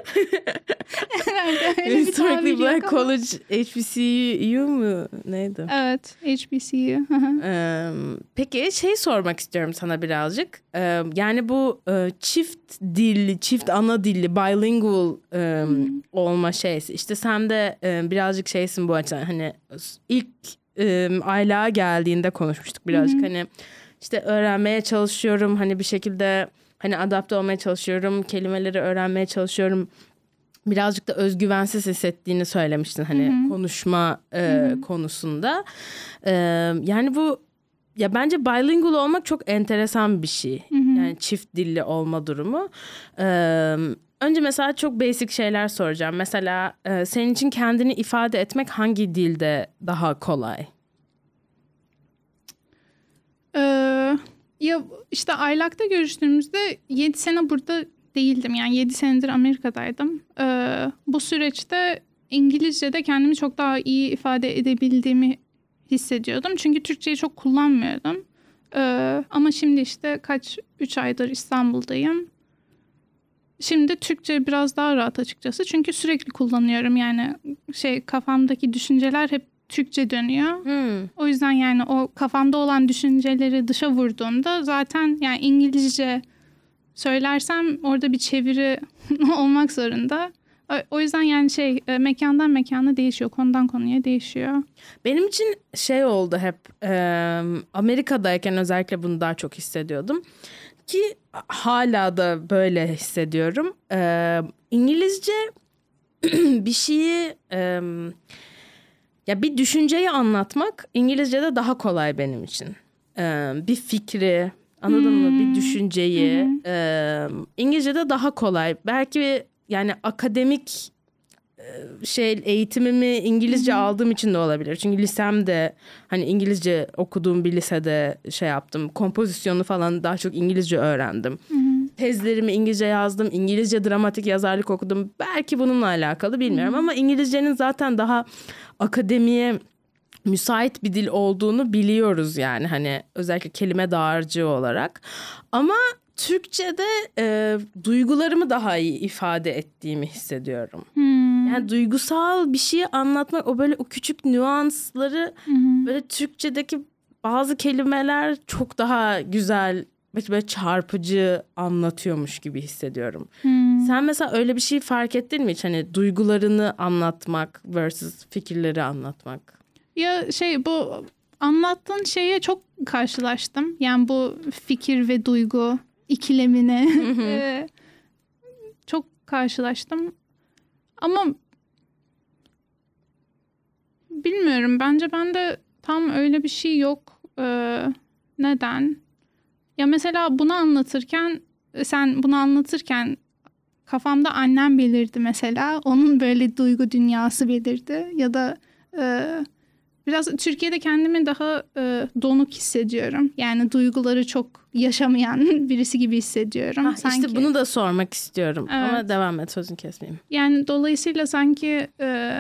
Historically Black College HBCU mu? Neydi? Evet, HBCU. Peki şey sormak istiyorum sana birazcık. Yani bu çift dilli, çift ana dilli, bilingual olma şeysi. İşte sen de birazcık şeysin bu açıdan. Hani ilk aylığa geldiğinde konuşmuştuk birazcık. Hani işte öğrenmeye çalışıyorum. Hani bir şekilde hani adapte olmaya çalışıyorum. Kelimeleri öğrenmeye çalışıyorum. Birazcık da özgüvensiz hissettiğini söylemiştin hani konuşma konusunda. Yani bu ya bence bilingual olmak çok enteresan bir şey. Yani çift dilli olma durumu. Önce mesela çok basic şeyler soracağım. Mesela senin için kendini ifade etmek hangi dilde daha kolay? Ya işte aylakta görüştüğümüzde 7 sene burada değildim. Yani 7 senedir Amerika'daydım. Bu süreçte İngilizce'de kendimi çok daha iyi ifade edebildiğimi hissediyordum. Çünkü Türkçeyi çok kullanmıyordum. Ama şimdi işte 3 aydır İstanbul'dayım. Şimdi Türkçe biraz daha rahat açıkçası. Çünkü sürekli kullanıyorum. Yani kafamdaki düşünceler hep Türkçe dönüyor. O yüzden yani o kafamda olan düşünceleri dışa vurduğumda zaten yani İngilizce söylersem orada bir çeviri olmak zorunda. O yüzden yani mekandan mekana değişiyor. Konudan konuya değişiyor. Benim için şey oldu hep Amerika'dayken özellikle bunu daha çok hissediyordum. Ki hala da böyle hissediyorum. İngilizce bir şeyi ya bir düşünceyi anlatmak İngilizce'de daha kolay benim için. Bir fikri, anladın mı? Bir düşünceyi İngilizce'de daha kolay. Belki yani akademik eğitimimi İngilizce aldığım için de olabilir. Çünkü lisemde hani İngilizce okuduğum bir lisede yaptım. Kompozisyonu falan daha çok İngilizce öğrendim. Tezlerimi İngilizce yazdım. İngilizce dramatik yazarlık okudum. Belki bununla alakalı bilmiyorum ama İngilizcenin zaten daha akademiye müsait bir dil olduğunu biliyoruz yani hani özellikle kelime dağarcığı olarak. Ama Türkçe'de duygularımı daha iyi ifade ettiğimi hissediyorum. Yani duygusal bir şeyi anlatmak, o böyle o küçük nüansları böyle Türkçedeki bazı kelimeler çok daha güzel, böyle çarpıcı anlatıyormuş gibi hissediyorum. Sen mesela öyle bir şey fark ettin mi hiç? Hani duygularını anlatmak versus fikirleri anlatmak. Ya bu anlattığın şeye çok karşılaştım. Yani bu fikir ve duygu ikilemine çok karşılaştım. Ama bilmiyorum. Bence bende tam öyle bir şey yok. Neden? Ya mesela sen bunu anlatırken kafamda annem belirdi mesela. Onun böyle duygu dünyası belirdi. Ya da biraz Türkiye'de kendimi daha donuk hissediyorum. Yani duyguları çok yaşamayan birisi gibi hissediyorum. Sanki. İşte bunu da sormak istiyorum. Evet. Ama devam et, sözünü kesmeyeyim. Yani dolayısıyla sanki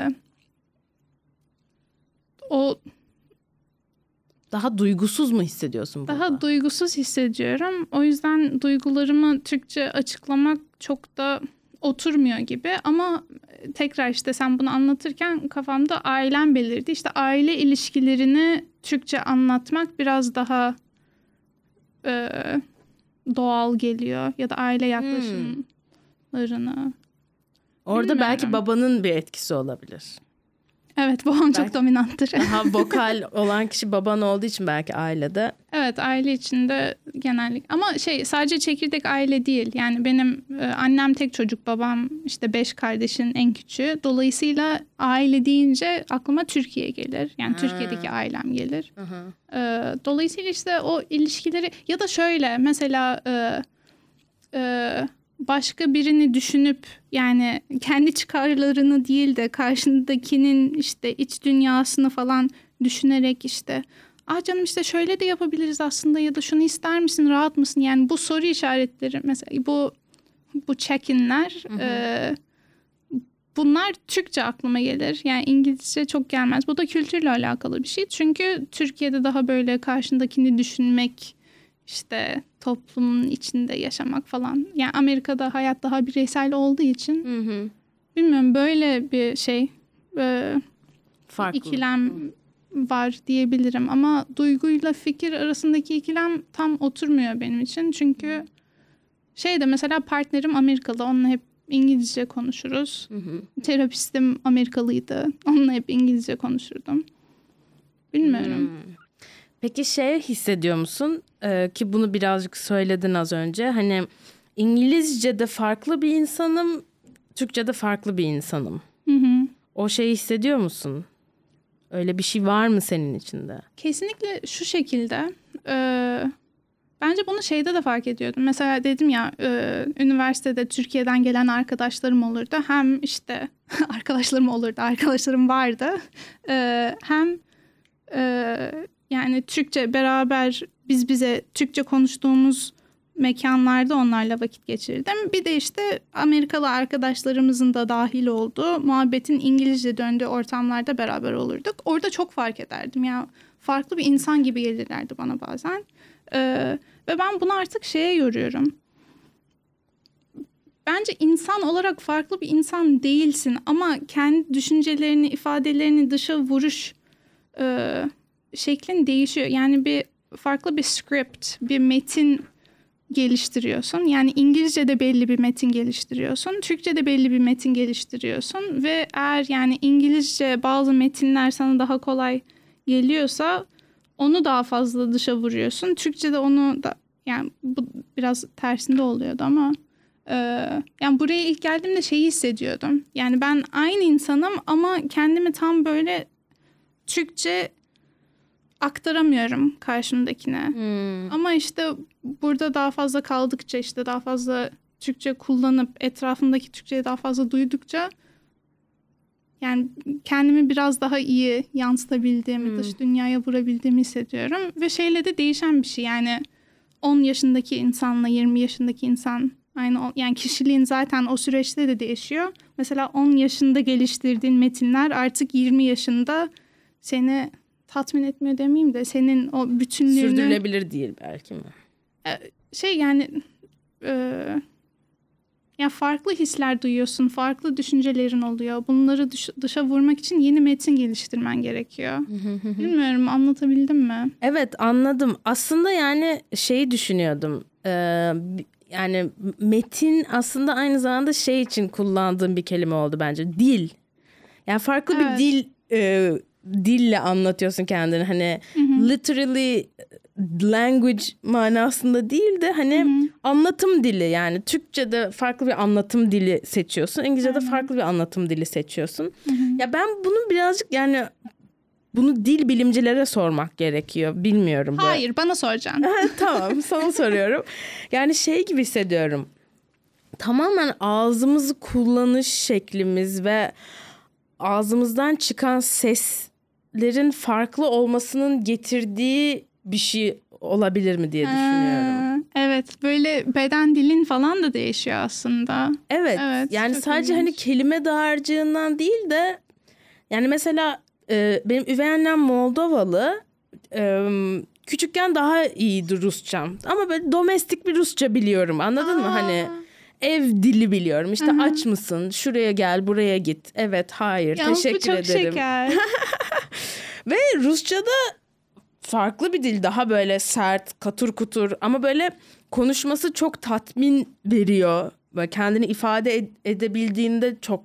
o daha duygusuz mu hissediyorsun burada? Daha duygusuz hissediyorum. O yüzden duygularımı Türkçe açıklamak çok da oturmuyor gibi. Ama tekrar işte sen bunu anlatırken kafamda ailem belirdi. İşte aile ilişkilerini Türkçe anlatmak biraz daha doğal geliyor. Ya da aile yaklaşımlarını. Orada Bilmiyorum. belki babanın bir etkisi olabilir. Evet, babam çok dominanttır. Daha vokal olan kişi baban olduğu için belki ailede. Evet, aile içinde genellikle. Ama sadece çekirdek aile değil. Yani benim annem tek çocuk, babam işte 5 kardeşin en küçüğü. Dolayısıyla aile deyince aklıma Türkiye gelir. Yani Türkiye'deki ailem gelir. Dolayısıyla işte o ilişkileri ya da şöyle mesela başka birini düşünüp yani kendi çıkarlarını değil de karşındakinin işte iç dünyasını falan düşünerek işte canım işte şöyle de yapabiliriz aslında ya da şunu ister misin, rahat mısın? Yani bu soru işaretleri mesela bu check-in'ler bunlar Türkçe aklıma gelir. Yani İngilizce çok gelmez. Bu da kültürle alakalı bir şey. Çünkü Türkiye'de daha böyle karşındakini düşünmek, işte toplumun içinde yaşamak falan. Yani Amerika'da hayat daha bireysel olduğu için bilmiyorum, böyle bir farklı ikilem var diyebilirim. Ama duyguyla fikir arasındaki ikilem tam oturmuyor benim için. Çünkü mesela partnerim Amerikalı. Onunla hep İngilizce konuşuruz. Terapistim Amerikalıydı. Onunla hep İngilizce konuşurdum. Bilmiyorum. Peki hissediyor musun ki bunu birazcık söyledin az önce, hani İngilizce'de farklı bir insanım, Türkçe'de farklı bir insanım. O hissediyor musun? Öyle bir şey var mı senin içinde? Kesinlikle şu şekilde. Bence bunu de fark ediyordum. Mesela dedim ya üniversitede Türkiye'den gelen arkadaşlarım olurdu. Hem işte arkadaşlarım vardı. Hem yani Türkçe beraber bize Türkçe konuştuğumuz mekanlarda onlarla vakit geçirdim. Bir de işte Amerikalı arkadaşlarımızın da dahil olduğu muhabbetin İngilizce döndüğü ortamlarda beraber olurduk. Orada çok fark ederdim. Ya farklı bir insan gibi gelirlerdi bana bazen. Ve ben bunu artık yoruyorum. Bence insan olarak farklı bir insan değilsin ama kendi düşüncelerini, ifadelerini dışa vuruş şeklin değişiyor. Yani farklı bir script, bir metin geliştiriyorsun. Yani İngilizce'de belli bir metin geliştiriyorsun. Türkçe'de belli bir metin geliştiriyorsun. Ve eğer yani İngilizce bazı metinler sana daha kolay geliyorsa onu daha fazla dışa vuruyorsun. Türkçe'de onu da, yani bu biraz tersinde oluyordu ama yani buraya ilk geldiğimde hissediyordum. Yani ben aynı insanım ama kendimi tam böyle Türkçe aktaramıyorum karşımdakine. Ama işte burada daha fazla kaldıkça, işte daha fazla Türkçe kullanıp etrafımdaki Türkçeyi daha fazla duydukça yani kendimi biraz daha iyi yansıtabildiğimi, dış dünyaya vurabildiğimi hissediyorum. Ve de değişen bir şey. Yani 10 yaşındaki insanla 20 yaşındaki insan aynı, yani kişiliğin zaten o süreçte de değişiyor. Mesela 10 yaşında geliştirdiğin metinler artık 20 yaşında seni tatmin etmiyor demeyeyim de senin o bütünlüğünü... Sürdürülebilir değil belki mi? Ya farklı hisler duyuyorsun, farklı düşüncelerin oluyor. Bunları dışa vurmak için yeni metin geliştirmen gerekiyor. Bilmiyorum, anlatabildim mi? Evet, anladım. Aslında yani düşünüyordum. Yani metin aslında aynı zamanda için kullandığım bir kelime oldu bence. Dil. Yani farklı bir dille anlatıyorsun kendini. Hani literally language manasında değil de hani anlatım dili, yani Türkçe'de farklı bir anlatım dili seçiyorsun. İngilizce'de farklı bir anlatım dili seçiyorsun. Ya ben bunu birazcık, yani bunu dil bilimcilere sormak gerekiyor. Bilmiyorum. Hayır, bana soracaksın. Tamam, sana soruyorum. Yani gibi hissediyorum. Tamamen ağzımızı kullanış şeklimiz ve ağzımızdan çıkan seslerin farklı olmasının getirdiği bir şey olabilir mi diye düşünüyorum. Evet, böyle beden dilin falan da değişiyor aslında. Evet yani sadece ilginç. Hani kelime dağarcığından değil de yani mesela benim üvey annem Moldovalı, küçükken daha iyiydi Rusçam ama böyle domestik bir Rusça biliyorum, anladın mı? Hani ev dili biliyorum. İşte aç mısın? Şuraya gel, buraya git. Evet, hayır, teşekkür ederim. Bu çok şeker. Ve Rusça'da farklı bir dil, daha böyle sert, katır kutur ama böyle konuşması çok tatmin veriyor. Böyle kendini ifade edebildiğinde çok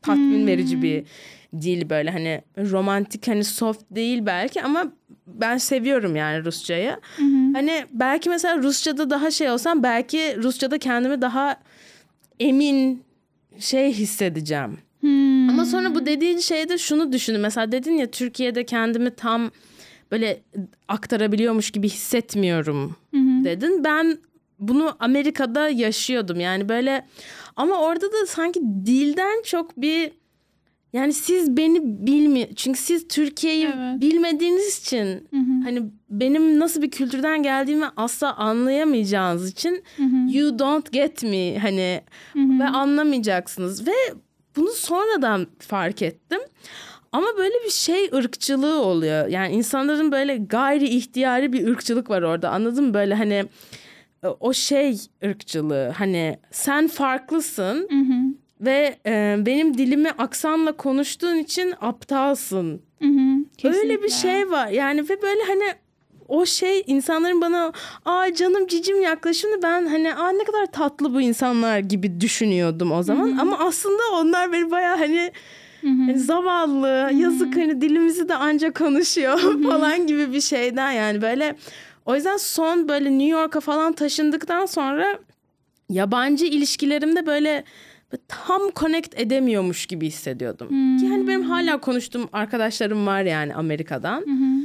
tatmin verici bir dil, böyle hani romantik, hani soft değil belki ama ben seviyorum yani Rusçayı. Hani belki mesela Rusçada daha şey olsam, belki Rusçada kendimi daha emin hissedeceğim. Ama sonra bu dediğin şeyde şunu düşündüm. Mesela dedin ya, Türkiye'de kendimi tam böyle aktarabiliyormuş gibi hissetmiyorum dedin. Ben bunu Amerika'da yaşıyordum yani böyle, ama orada da sanki dilden çok bir, yani siz beni bilmiyor. Çünkü siz Türkiye'yi bilmediğiniz için hani benim nasıl bir kültürden geldiğimi asla anlayamayacağınız için you don't get me hani ve anlamayacaksınız ve bunu sonradan fark ettim. Ama böyle bir ırkçılığı oluyor. Yani insanların böyle gayri ihtiyari bir ırkçılık var orada. Anladın mı? Böyle hani o ırkçılığı. Hani sen farklısın ve benim dilimi aksanla konuştuğun için aptalsın. Öyle bir şey var. Yani ve böyle hani o insanların bana canım cicim yaklaşımını ben hani ne kadar tatlı bu insanlar gibi düşünüyordum o zaman. Ama aslında onlar beni bayağı hani zavallı, yazık, hani dilimizi de ancak konuşuyor falan gibi bir şeyden yani böyle. O yüzden son böyle New York'a falan taşındıktan sonra yabancı ilişkilerimde böyle tam connect edemiyormuş gibi hissediyordum. Ki hani benim hala konuştuğum arkadaşlarım var yani Amerika'dan.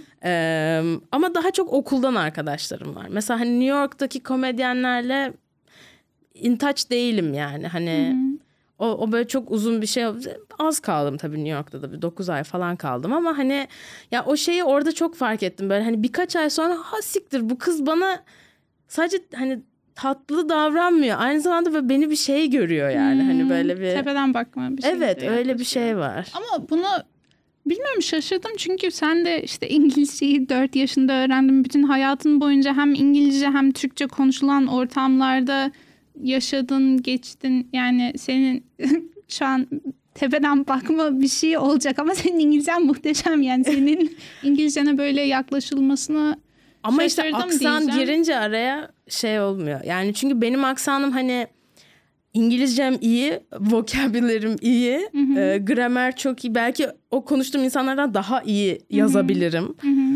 Ama daha çok okuldan arkadaşlarım var. Mesela hani New York'taki komedyenlerle in touch değilim yani. Hani o böyle çok uzun bir şey. Az kaldım tabii New York'ta da, bir 9 ay falan kaldım ama hani ya o orada çok fark ettim. Böyle hani birkaç ay sonra siktir, bu kız bana sadece hani tatlı davranmıyor. Aynı zamanda böyle beni bir görüyor yani. Hani böyle bir tepeden bakma bir şey. Evet, öyle bir şey var. Ama bunu bilmiyorum, şaşırdım çünkü sen de işte İngilizceyi 4 yaşında öğrendin. Bütün hayatın boyunca hem İngilizce hem Türkçe konuşulan ortamlarda yaşadın, geçtin. Yani senin şu an tepeden bakma bir şey olacak ama senin İngilizcen muhteşem. Yani senin İngilizcene böyle yaklaşılmasına ama işte aksan girince araya olmuyor. Yani çünkü benim aksanım hani İngilizcem iyi, vokabülerim iyi, gramer çok iyi. Belki o konuştuğum insanlardan daha iyi yazabilirim.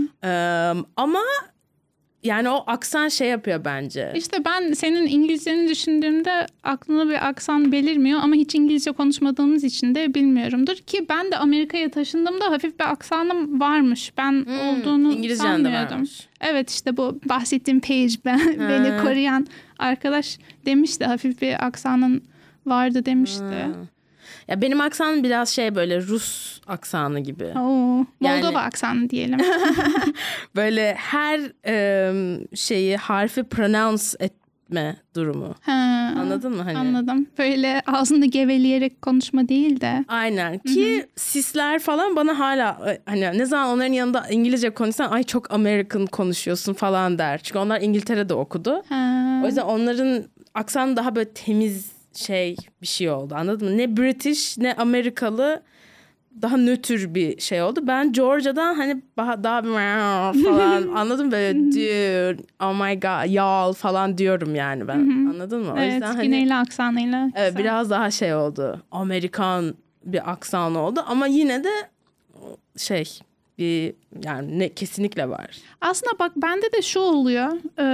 Ama yani o aksan yapıyor bence. İşte ben senin İngilizceni düşündüğümde aklına bir aksan belirmiyor ama hiç İngilizce konuşmadığımız için de bilmiyorumdur. Ki ben de Amerika'ya taşındığımda hafif bir aksanım varmış. Ben olduğunu İngilizcen de sanmıyordum. varmış. Evet, işte bu bahsettiğim Paige beni koruyan arkadaş demişti, hafif bir aksanın vardı demişti. Ya benim aksanım biraz böyle Rus aksanı gibi. Moldova aksanı diyelim. Böyle her harfi pronounce etme durumu. Anladın mı? Hani? Anladım. Böyle ağzında geveleyerek konuşma değil de. Aynen. Ki sisler falan bana hala hani ne zaman onların yanında İngilizce konuşsan ay çok American konuşuyorsun falan der. Çünkü onlar İngiltere'de okudu. O yüzden onların aksanı daha böyle temiz bir şey oldu, anladın mı? Ne British ne Amerikalı, daha nötr bir oldu. Ben Georgia'dan hani daha falan anladın mı? Böyle dude, oh my god, y'all falan diyorum yani ben. Anladın mı? O evet, yüzden güneyli aksanıyla. Evet, biraz daha oldu. Amerikan bir aksan oldu ama yine de bir yani kesinlikle var. Aslında bak, bende de şu oluyor.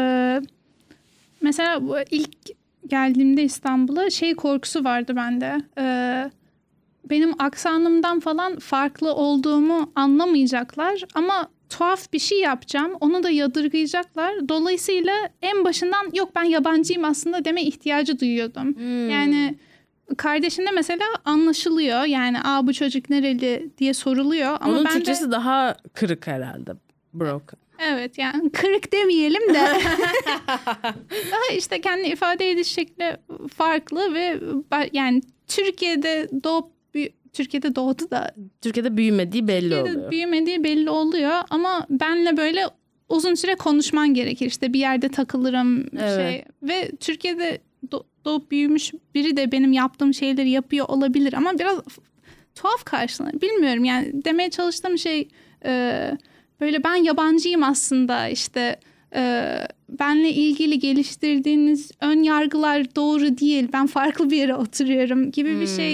Mesela bu ilk geldiğimde İstanbul'a korkusu vardı bende. Benim aksanımdan falan farklı olduğumu anlamayacaklar ama tuhaf bir şey yapacağım, onu da yadırgayacaklar. Dolayısıyla en başından yok ben yabancıyım aslında deme ihtiyacı duyuyordum. Yani kardeşimde mesela anlaşılıyor. Yani bu çocuk nereli diye soruluyor. Ama onun Türkçesi daha kırık herhalde. Broken. Evet, yani kırık demeyelim de daha işte kendi ifade ediş şekli farklı ve yani Türkiye'de doğdu da Türkiye'de büyümediği belli oluyor. Büyümediği belli oluyor ama benle böyle uzun süre konuşman gerekir. İşte bir yerde takılırım ve Türkiye'de doğup büyümüş biri de benim yaptığım şeyleri yapıyor olabilir ama biraz tuhaf karşılanır. Bilmiyorum yani, demeye çalıştığım böyle ben yabancıyım aslında, işte benle ilgili geliştirdiğiniz ön yargılar doğru değil, ben farklı bir yere oturuyorum gibi bir şey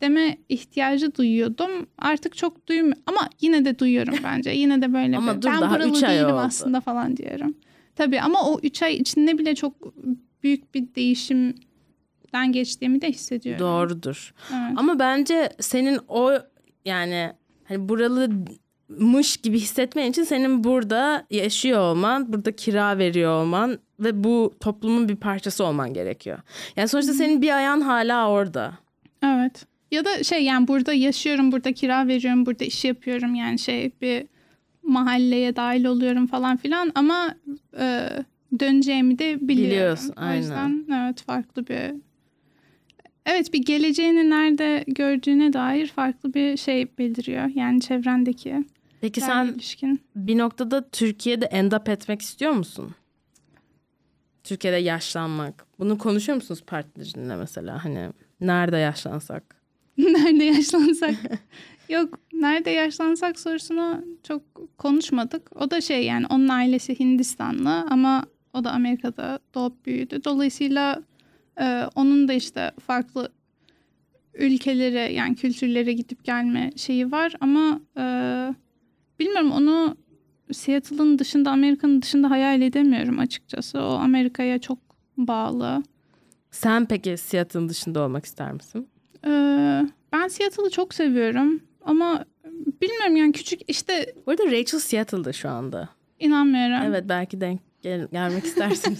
deme ihtiyacı duyuyordum. Artık çok duymuyorum ama yine de duyuyorum bence. Yine de böyle ama ben buralı değilim oldu aslında falan diyorum. Tabii ama o 3 ay içinde bile çok büyük bir değişimden geçtiğimi de hissediyorum. Doğrudur. Evet. Ama bence senin o yani hani buralımış gibi hissetmen için senin burada yaşıyor olman, burada kira veriyor olman ve bu toplumun bir parçası olman gerekiyor. Yani sonuçta senin bir ayağın hala orada. Evet. Ya da yani burada yaşıyorum, burada kira veriyorum, burada iş yapıyorum. Yani bir mahalleye dahil oluyorum falan filan ama döneceğimi de Biliyorsun, o yüzden evet farklı bir... Evet, bir geleceğini nerede gördüğüne dair farklı bir şey bildiriyor. Yani çevrendeki. Peki sen ilişkin. Bir noktada Türkiye'de end up etmek istiyor musun? Türkiye'de yaşlanmak. Bunu konuşuyor musunuz partnerinle mesela? Hani nerede yaşlansak? Nerede yaşlansak? Yok, nerede yaşlansak sorusunu çok konuşmadık. O da yani onun ailesi Hindistanlı ama o da Amerika'da doğup büyüdü. Dolayısıyla onun da farklı ülkelere yani kültürlere gidip gelme şeyi var ama bilmiyorum, onu Seattle'ın dışında, Amerika'nın dışında hayal edemiyorum açıkçası. O Amerika'ya çok bağlı. Sen peki Seattle'ın dışında olmak ister misin? Ben Seattle'ı çok seviyorum ama bilmiyorum yani küçük Bu arada Rachel Seattle'da şu anda. İnanmıyorum. Evet, belki denk gelmek istersiniz.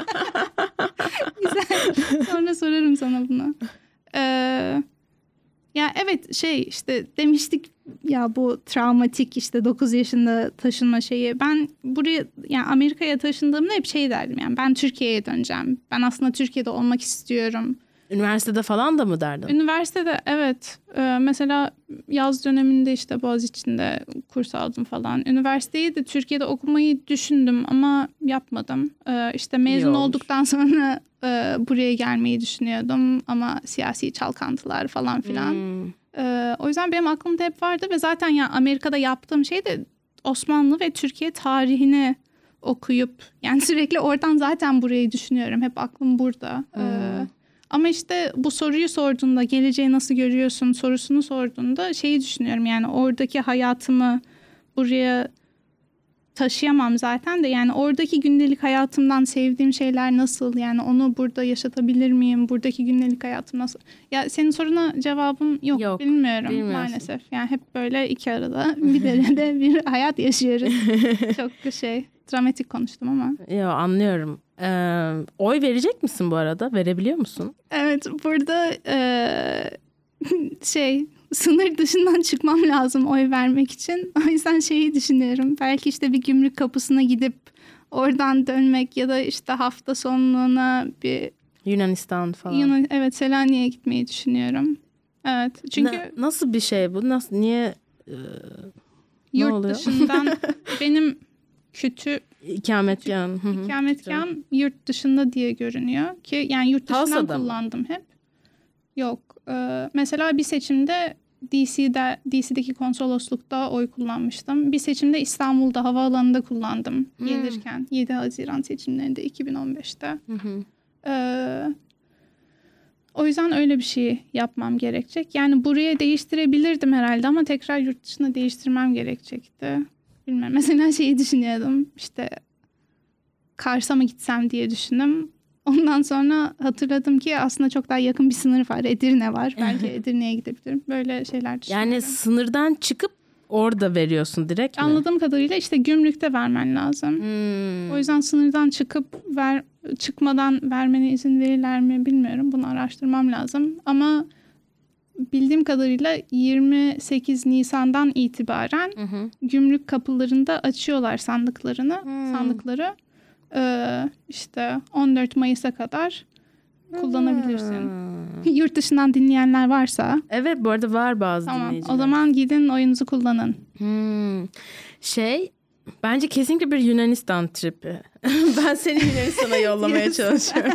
Güzel. Sonra sorarım sana bunu. Ya evet demiştik ya, bu travmatik 9 yaşında taşınma şeyi. Ben buraya yani Amerika'ya taşındığımda hep derdim yani ben Türkiye'ye döneceğim. Ben aslında Türkiye'de olmak istiyorum. Üniversitede falan da mı derdin? Üniversitede evet. Mesela yaz döneminde Boğaziçi'nde kurs aldım falan. Üniversiteyi de Türkiye'de okumayı düşündüm ama yapmadım. Mezun olduktan sonra buraya gelmeyi düşünüyordum ama siyasi çalkantılar falan filan. O yüzden benim aklımda hep vardı ve zaten ya Amerika'da yaptığım şey de Osmanlı ve Türkiye tarihini okuyup yani sürekli oradan zaten burayı düşünüyorum. Hep aklım burada. Ama bu soruyu sorduğunda, geleceği nasıl görüyorsun sorusunu sorduğunda düşünüyorum yani oradaki hayatımı buraya taşıyamam zaten de yani oradaki gündelik hayatımdan sevdiğim şeyler nasıl, yani onu burada yaşatabilir miyim, buradaki gündelik hayatım nasıl? Ya senin soruna cevabım yok bilmiyorum maalesef. Yani hep böyle iki arada bir derede bir hayat yaşıyoruz. Çok dramatik konuştum ama. Yo, anlıyorum. Oy verecek misin bu arada? Verebiliyor musun? Evet, burada sınır dışından çıkmam lazım oy vermek için. O yüzden düşünüyorum. Belki bir gümrük kapısına gidip oradan dönmek ya da hafta sonuna bir Yunanistan falan. Evet, Selanik'e gitmeyi düşünüyorum. Evet. Çünkü nasıl bir şey bu? Niye yurt dışından benim kötü ikametgahım yurt dışında diye görünüyor ki yani yurt dışından Tulsa'da kullandım hep. Yok. Mesela bir seçimde DC'deki konsoloslukta oy kullanmıştım. Bir seçimde İstanbul'da havaalanında kullandım gelirken 7 Haziran seçimlerinde 2015'te. O yüzden öyle bir şey yapmam gerekecek. Yani buraya değiştirebilirdim herhalde ama tekrar yurt dışına değiştirmem gerekecekti. Bilmem. Mesela düşünüyordum. Kars'a mı gitsem diye düşündüm. Ondan sonra hatırladım ki aslında çok daha yakın bir sınır var. Edirne var. Belki Edirne'ye gidebilirim. Böyle şeyler düşünüyorum. Yani sınırdan çıkıp orada veriyorsun direkt mi? Anladığım kadarıyla gümrükte vermen lazım. O yüzden sınırdan çıkmadan vermene izin verirler mi bilmiyorum. Bunu araştırmam lazım. Ama bildiğim kadarıyla 28 Nisan'dan itibaren gümrük kapılarında açıyorlar sandıkları. 14 Mayıs'a kadar kullanabilirsin. Yurt dışından dinleyenler varsa. Evet, bu arada var bazı dinleyiciler. O zaman gidin oyunuzu kullanın. Bence kesinlikle bir Yunanistan tripi. Ben seni Yunanistan'a yollamaya çalışıyorum.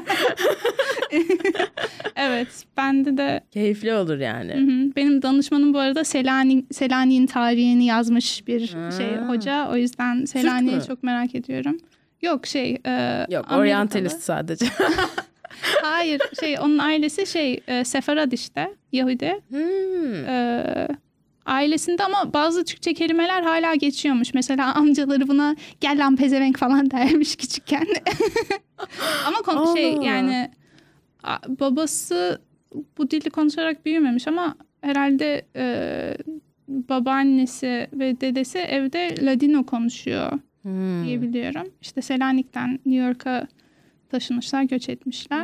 Evet, bende de. Keyifli olur yani. Benim danışmanım bu arada Selanik'in tarihini yazmış bir hoca. O yüzden Selanik'i çok merak ediyorum. Yok Yok, oryantalist sadece. Hayır onun ailesi Sefarad işte Yahudi. Ailesinde ama bazı Türkçe kelimeler hala geçiyormuş. Mesela amcaları buna gel lan pezevenk falan dermiş küçükken. Ama yani babası bu dili konuşarak büyümemiş ama herhalde babaannesi ve dedesi evde Ladino konuşuyor diye biliyorum. İşte Selanik'ten New York'a taşınmışlar, göç etmişler.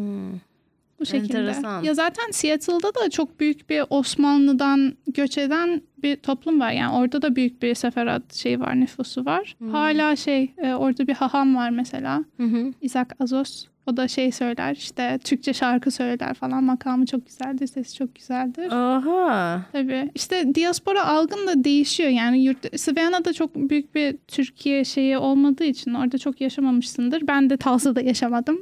Bu şekilde. Enteresan. Ya zaten Seattle'da da çok büyük bir Osmanlı'dan göç eden bir toplum var. Yani orada da büyük bir Seferat var, nüfusu var. Hala orada bir haham var mesela. Isaac Azos. O da söyler işte Türkçe şarkı söyler falan. Makamı çok güzeldir, sesi çok güzeldir. Aha. Tabii. İşte diaspora algın da değişiyor. Yani Savannah'da çok büyük bir Türkiye olmadığı için orada çok yaşamamışsındır. Ben de Tulsa'da yaşamadım.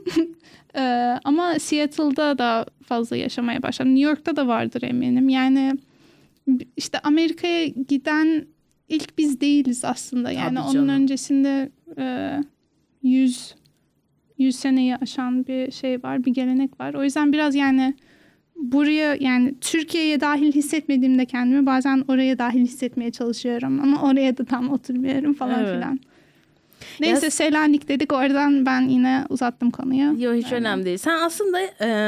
Ama Seattle'da da fazla yaşamaya başladım. New York'ta da vardır eminim. Yani işte Amerika'ya giden ilk biz değiliz aslında. Yani onun öncesinde 100 seneyi aşan bir var, bir gelenek var. O yüzden biraz yani buraya yani Türkiye'ye dahil hissetmediğimde kendimi bazen oraya dahil hissetmeye çalışıyorum. Ama oraya da tam oturmuyorum falan filan. Neyse Selanik dedik, oradan ben yine uzattım konuyu. Yok hiç önemli değil. Sen aslında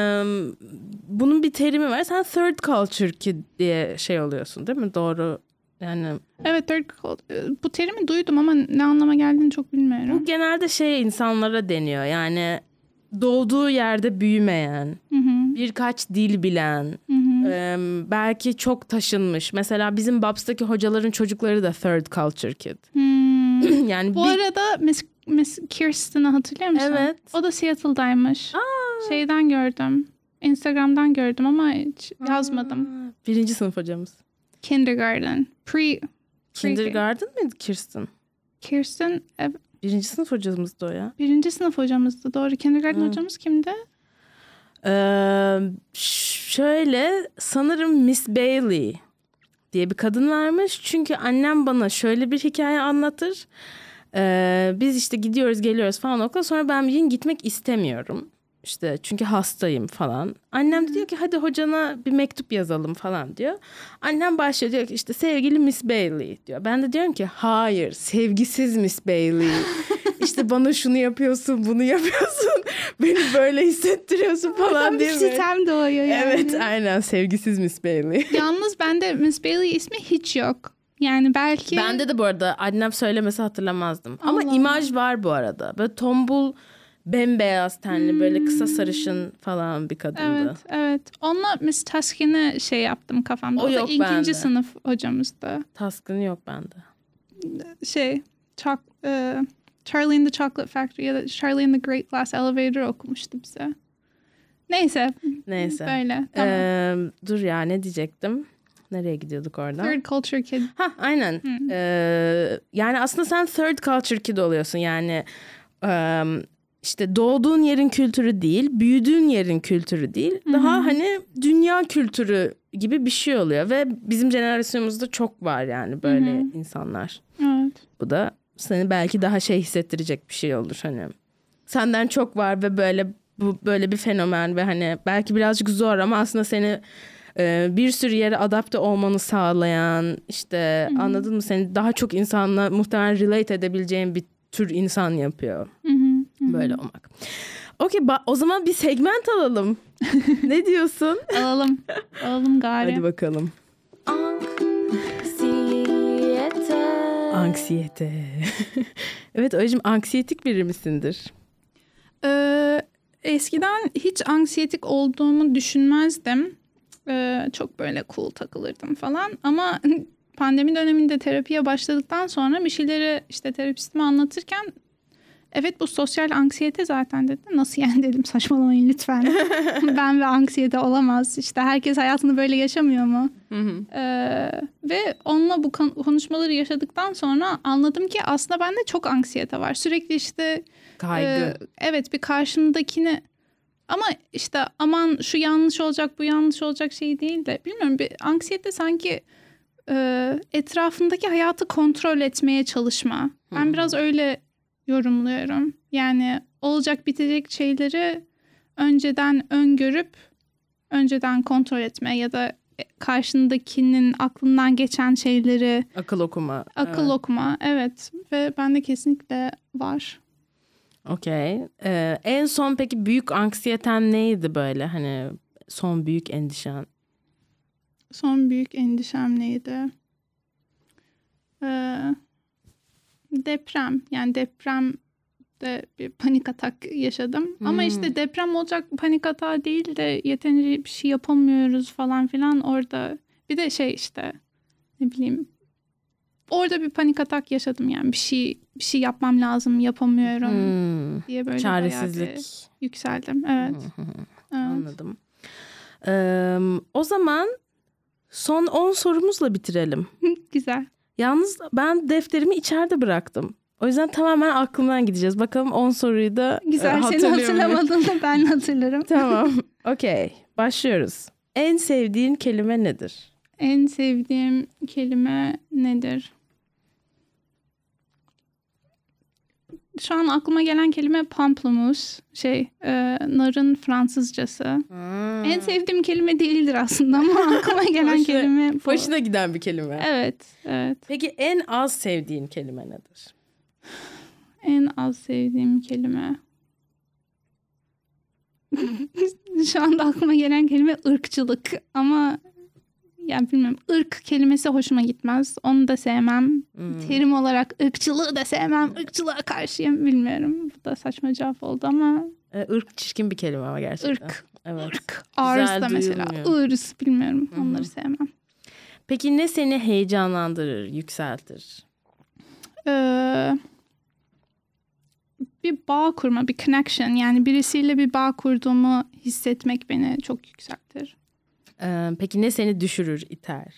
bunun bir terimi var. Sen third culture kid diye oluyorsun değil mi? Doğru yani. Evet third culture. Bu terimi duydum ama ne anlama geldiğini çok bilmiyorum. Bu genelde insanlara deniyor. Yani doğduğu yerde büyümeyen, birkaç dil bilen, belki çok taşınmış. Mesela bizim Babs'taki hocaların çocukları da third culture kid. Yani bu arada Miss Kirsten'ı hatırlıyor musun? Evet. O da Seattle'daymış. Şeyden gördüm. Instagram'dan gördüm ama hiç yazmadım. 1. sınıf hocamız. Kindergarten. Kindergarten mıydı Kirsten? Kirsten 1. sınıf hocamızdı o ya. 1. sınıf hocamızdı. Doğru. Kindergarten hocamız kimdi? Şöyle sanırım Miss Bailey diye bir kadın varmış. Çünkü annem bana şöyle bir hikaye anlatır. Biz işte gidiyoruz geliyoruz falan okula. Sonra ben bir gün gitmek istemiyorum. İşte çünkü hastayım falan. Annem de diyor ki hadi hocana bir mektup yazalım falan diyor. Annem başlıyor diyor ki işte sevgili Miss Bailey diyor. Ben de diyorum ki hayır sevgisiz Miss Bailey. İşte bana şunu yapıyorsun bunu yapıyorsun. Beni böyle hissettiriyorsun falan diye. Bir sitem doğuyor yani. Evet aynen sevgisiz Miss Bailey. Yalnız bende Miss Bailey ismi hiç yok. Yani belki. Bende de bu arada annem söylemese hatırlamazdım. Ama imaj var bu arada. Böyle tombul bembeyaz tenli böyle kısa sarışın falan bir kadındı. Evet. Onunla Miss Tuskin'i yaptım kafamda. O yok da 2. sınıf hocamızdı. Tuskin yok bende. Charlie and the Chocolate Factory ya da Charlie and the Great Glass Elevator okumuştu bize. Neyse. Böyle. Tamam. Dur ya ne diyecektim? Nereye gidiyorduk orada? Third culture kid. Aynen. Yani aslında sen third culture kid oluyorsun. Yani işte doğduğun yerin kültürü değil, büyüdüğün yerin kültürü değil. Daha hani dünya kültürü gibi bir şey oluyor. Ve bizim jenerasyonumuzda çok var yani böyle insanlar. Evet. Bu da seni belki daha hissettirecek bir şey olur hani. Senden çok var ve böyle bir fenomen ve hani belki birazcık zor ama aslında seni bir sürü yere adapte olmanı sağlayan işte anladın mı? Seni daha çok insanla muhtemelen relate edebileceğin bir tür insan yapıyor. Böyle olmak. Okey o zaman bir segment alalım. Ne diyorsun? Alalım gari. Hadi bakalım. Anksiyete. Evet Oya'cığım anksiyetik biri misindir? Eskiden hiç anksiyetik olduğumu düşünmezdim. Çok böyle cool takılırdım falan. Ama pandemi döneminde terapiye başladıktan sonra bir şeyleri işte terapistime anlatırken evet bu sosyal anksiyete zaten dedi. Nasıl yani dedim, saçmalamayın lütfen. Ben ve anksiyete olamaz. İşte herkes hayatını böyle yaşamıyor mu? Ve onunla bu konuşmaları yaşadıktan sonra anladım ki aslında bende çok anksiyete var. Sürekli işte kaygı. Evet bir karşımdakini ama işte aman şu yanlış olacak bu yanlış olacak değil de bilmiyorum bir anksiyete sanki etrafındaki hayatı kontrol etmeye çalışma. Ben biraz öyle yorumluyorum. Yani olacak bitecek şeyleri önceden öngörüp önceden kontrol etme ya da karşındakinin aklından geçen şeyleri akıl okuma. Okuma evet ve bende kesinlikle var. Okey. En son peki büyük anksiyeten neydi böyle, hani son büyük endişen? Son büyük endişem neydi? Deprem. Yani depremde bir panik atak yaşadım. Ama işte deprem olacak panik atağı değil de yeterince bir şey yapamıyoruz falan filan orada. Bir de işte ne bileyim orada bir panik atak yaşadım yani bir şey yapmam lazım, yapamıyorum diye böyle çaresizlik. Yükseldim. Evet. Anladım. O zaman son 10 sorumuzla bitirelim. Güzel. Yalnız ben defterimi içeride bıraktım. O yüzden tamamen aklımdan gideceğiz. Bakalım 10 soruyu da güzel. Seni hatırlamadığında ben hatırlarım. Tamam. Okey. Başlıyoruz. En sevdiğin kelime nedir? En sevdiğim kelime nedir? Şu an aklıma gelen kelime pamplemousse. Narın Fransızcası. En sevdiğim kelime değildir aslında ama aklıma gelen kelime bu. Hoşuna giden bir kelime. Evet. Peki en az sevdiğin kelime nedir? En az sevdiğim kelime. Şu anda aklıma gelen kelime ırkçılık ama yani bilmiyorum, ırk kelimesi hoşuma gitmez. Onu da sevmem. Terim olarak ırkçılığı da sevmem. Irkçılığa karşıyım, bilmiyorum. Bu da saçma cevap oldu ama. Irk çirkin bir kelime ama gerçekten. Evet. Irk. Arz da mesela. Irz, bilmiyorum. Onları sevmem. Peki ne seni heyecanlandırır, yükseltir? Bir bağ kurma, bir connection. Yani birisiyle bir bağ kurduğumu hissetmek beni çok yükseltir. Peki ne seni düşürür, iter?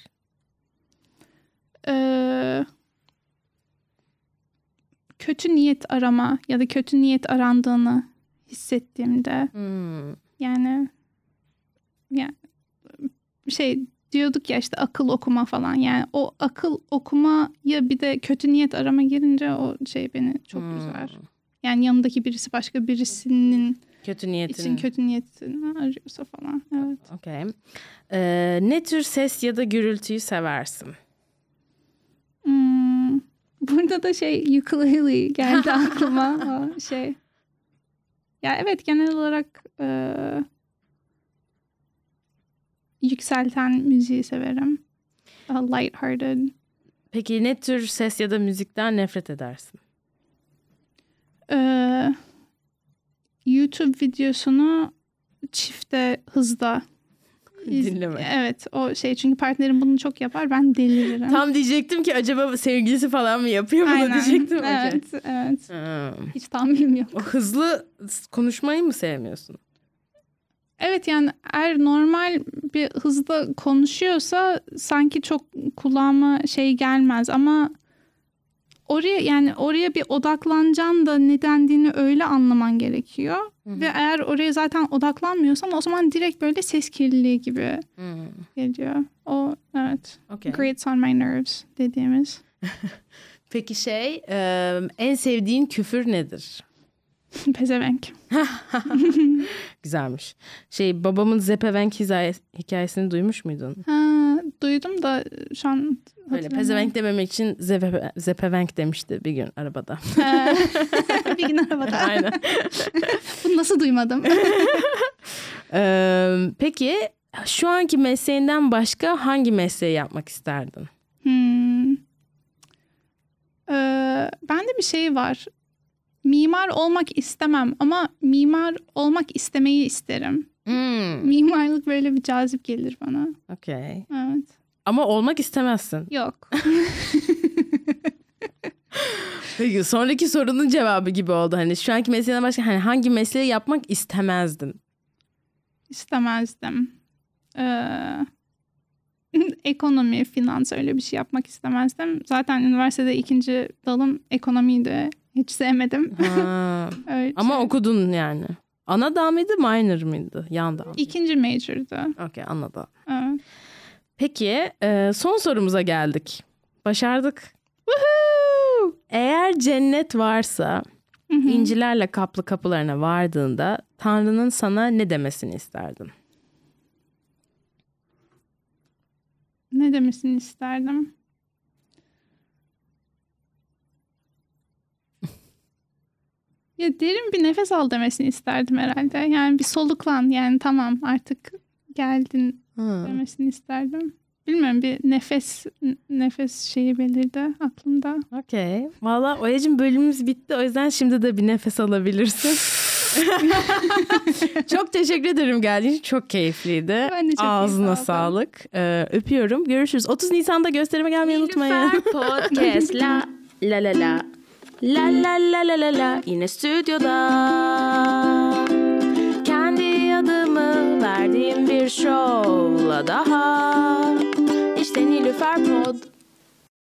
Kötü niyet arama ya da kötü niyet arandığını hissettiğimde yani diyorduk ya işte akıl okuma falan, yani o akıl okumaya bir de kötü niyet arama girince o beni çok üzer. Yani yanındaki birisi başka birisinin kötü niyetini. için kötü niyetini arıyorsa falan. Evet. Okay. Ne tür ses ya da gürültüyü seversin? Burada da ukulele geldi aklıma. Ya evet, genel olarak yükselten müziği severim. Daha lighthearted. Peki ne tür ses ya da müzikten nefret edersin? YouTube videosunu çifte hızda dinleme. Evet, o çünkü partnerim bunu çok yapar, ben deliririm. Tam diyecektim ki acaba sevgilisi falan mı yapıyor bunu? Aynen. Diyecektim. Evet. Hiç tahminim yok. O hızlı konuşmayı mı sevmiyorsun? Evet, yani eğer normal bir hızda konuşuyorsa sanki çok kulağıma gelmez ama oraya bir odaklanacaksın da ne dendiğini öyle anlaman gerekiyor. Hı-hı. Ve eğer oraya zaten odaklanmıyorsan o zaman direkt böyle ses kirliliği gibi geliyor. O evet. Okay. Grates on my nerves dediğimiz. Peki en sevdiğin küfür nedir? Pezevenk. Güzelmiş. Babamın zepevenk hikayesini duymuş muydun? Duydum da şu an öyle pezevenk dememek için zepevenk demişti bir gün arabada. Bir gün arabada. Aynen. Bunu nasıl duymadım? Peki şu anki mesleğinden başka hangi mesleği yapmak isterdin? Bende bir var. Mimar olmak istemem ama mimar olmak istemeyi isterim. Mimarlık böyle bir cazip gelir bana. Okay. Evet. Ama olmak istemezsin. Yok. Peki sonraki sorunun cevabı gibi oldu. Hani şu anki mesleğinden başka hangi mesleği yapmak istemezdin? İstemezdim. Ekonomi, finans, öyle bir şey yapmak istemezdim. Zaten üniversitede 2. dalım ekonomiydi. Hiç sevmedim. Ama okudun yani. Ana dal mıydı, minor mıydı? Yan dal mıydı? 2. major'dı. Okey, ana dal. Evet. Peki son sorumuza geldik. Başardık. Woohoo! Eğer cennet varsa incilerle kaplı kapılarına vardığında Tanrı'nın sana ne demesini isterdin? Ne demesini isterdim? Ya derin bir nefes al demesini isterdim herhalde. Yani bir soluklan. Yani tamam artık geldin demesini isterdim. Bilmiyorum, bir nefes şeyi belirdi aklımda. Okey. Valla Oya'cığım bölümümüz bitti. O yüzden şimdi de bir nefes alabilirsin. Çok teşekkür ederim geldiğin için. Çok keyifliydi. Ben de çok Ağzına sağlık. Öpüyorum. Görüşürüz. 30 Nisan'da gösterime gelmeyi unutmayın. Nilüfer Podcast la la la la. La la la la la la. Yine stüdyoda. Kendi adımı verdiğim bir şovla daha. İşte Nilüfer Pod.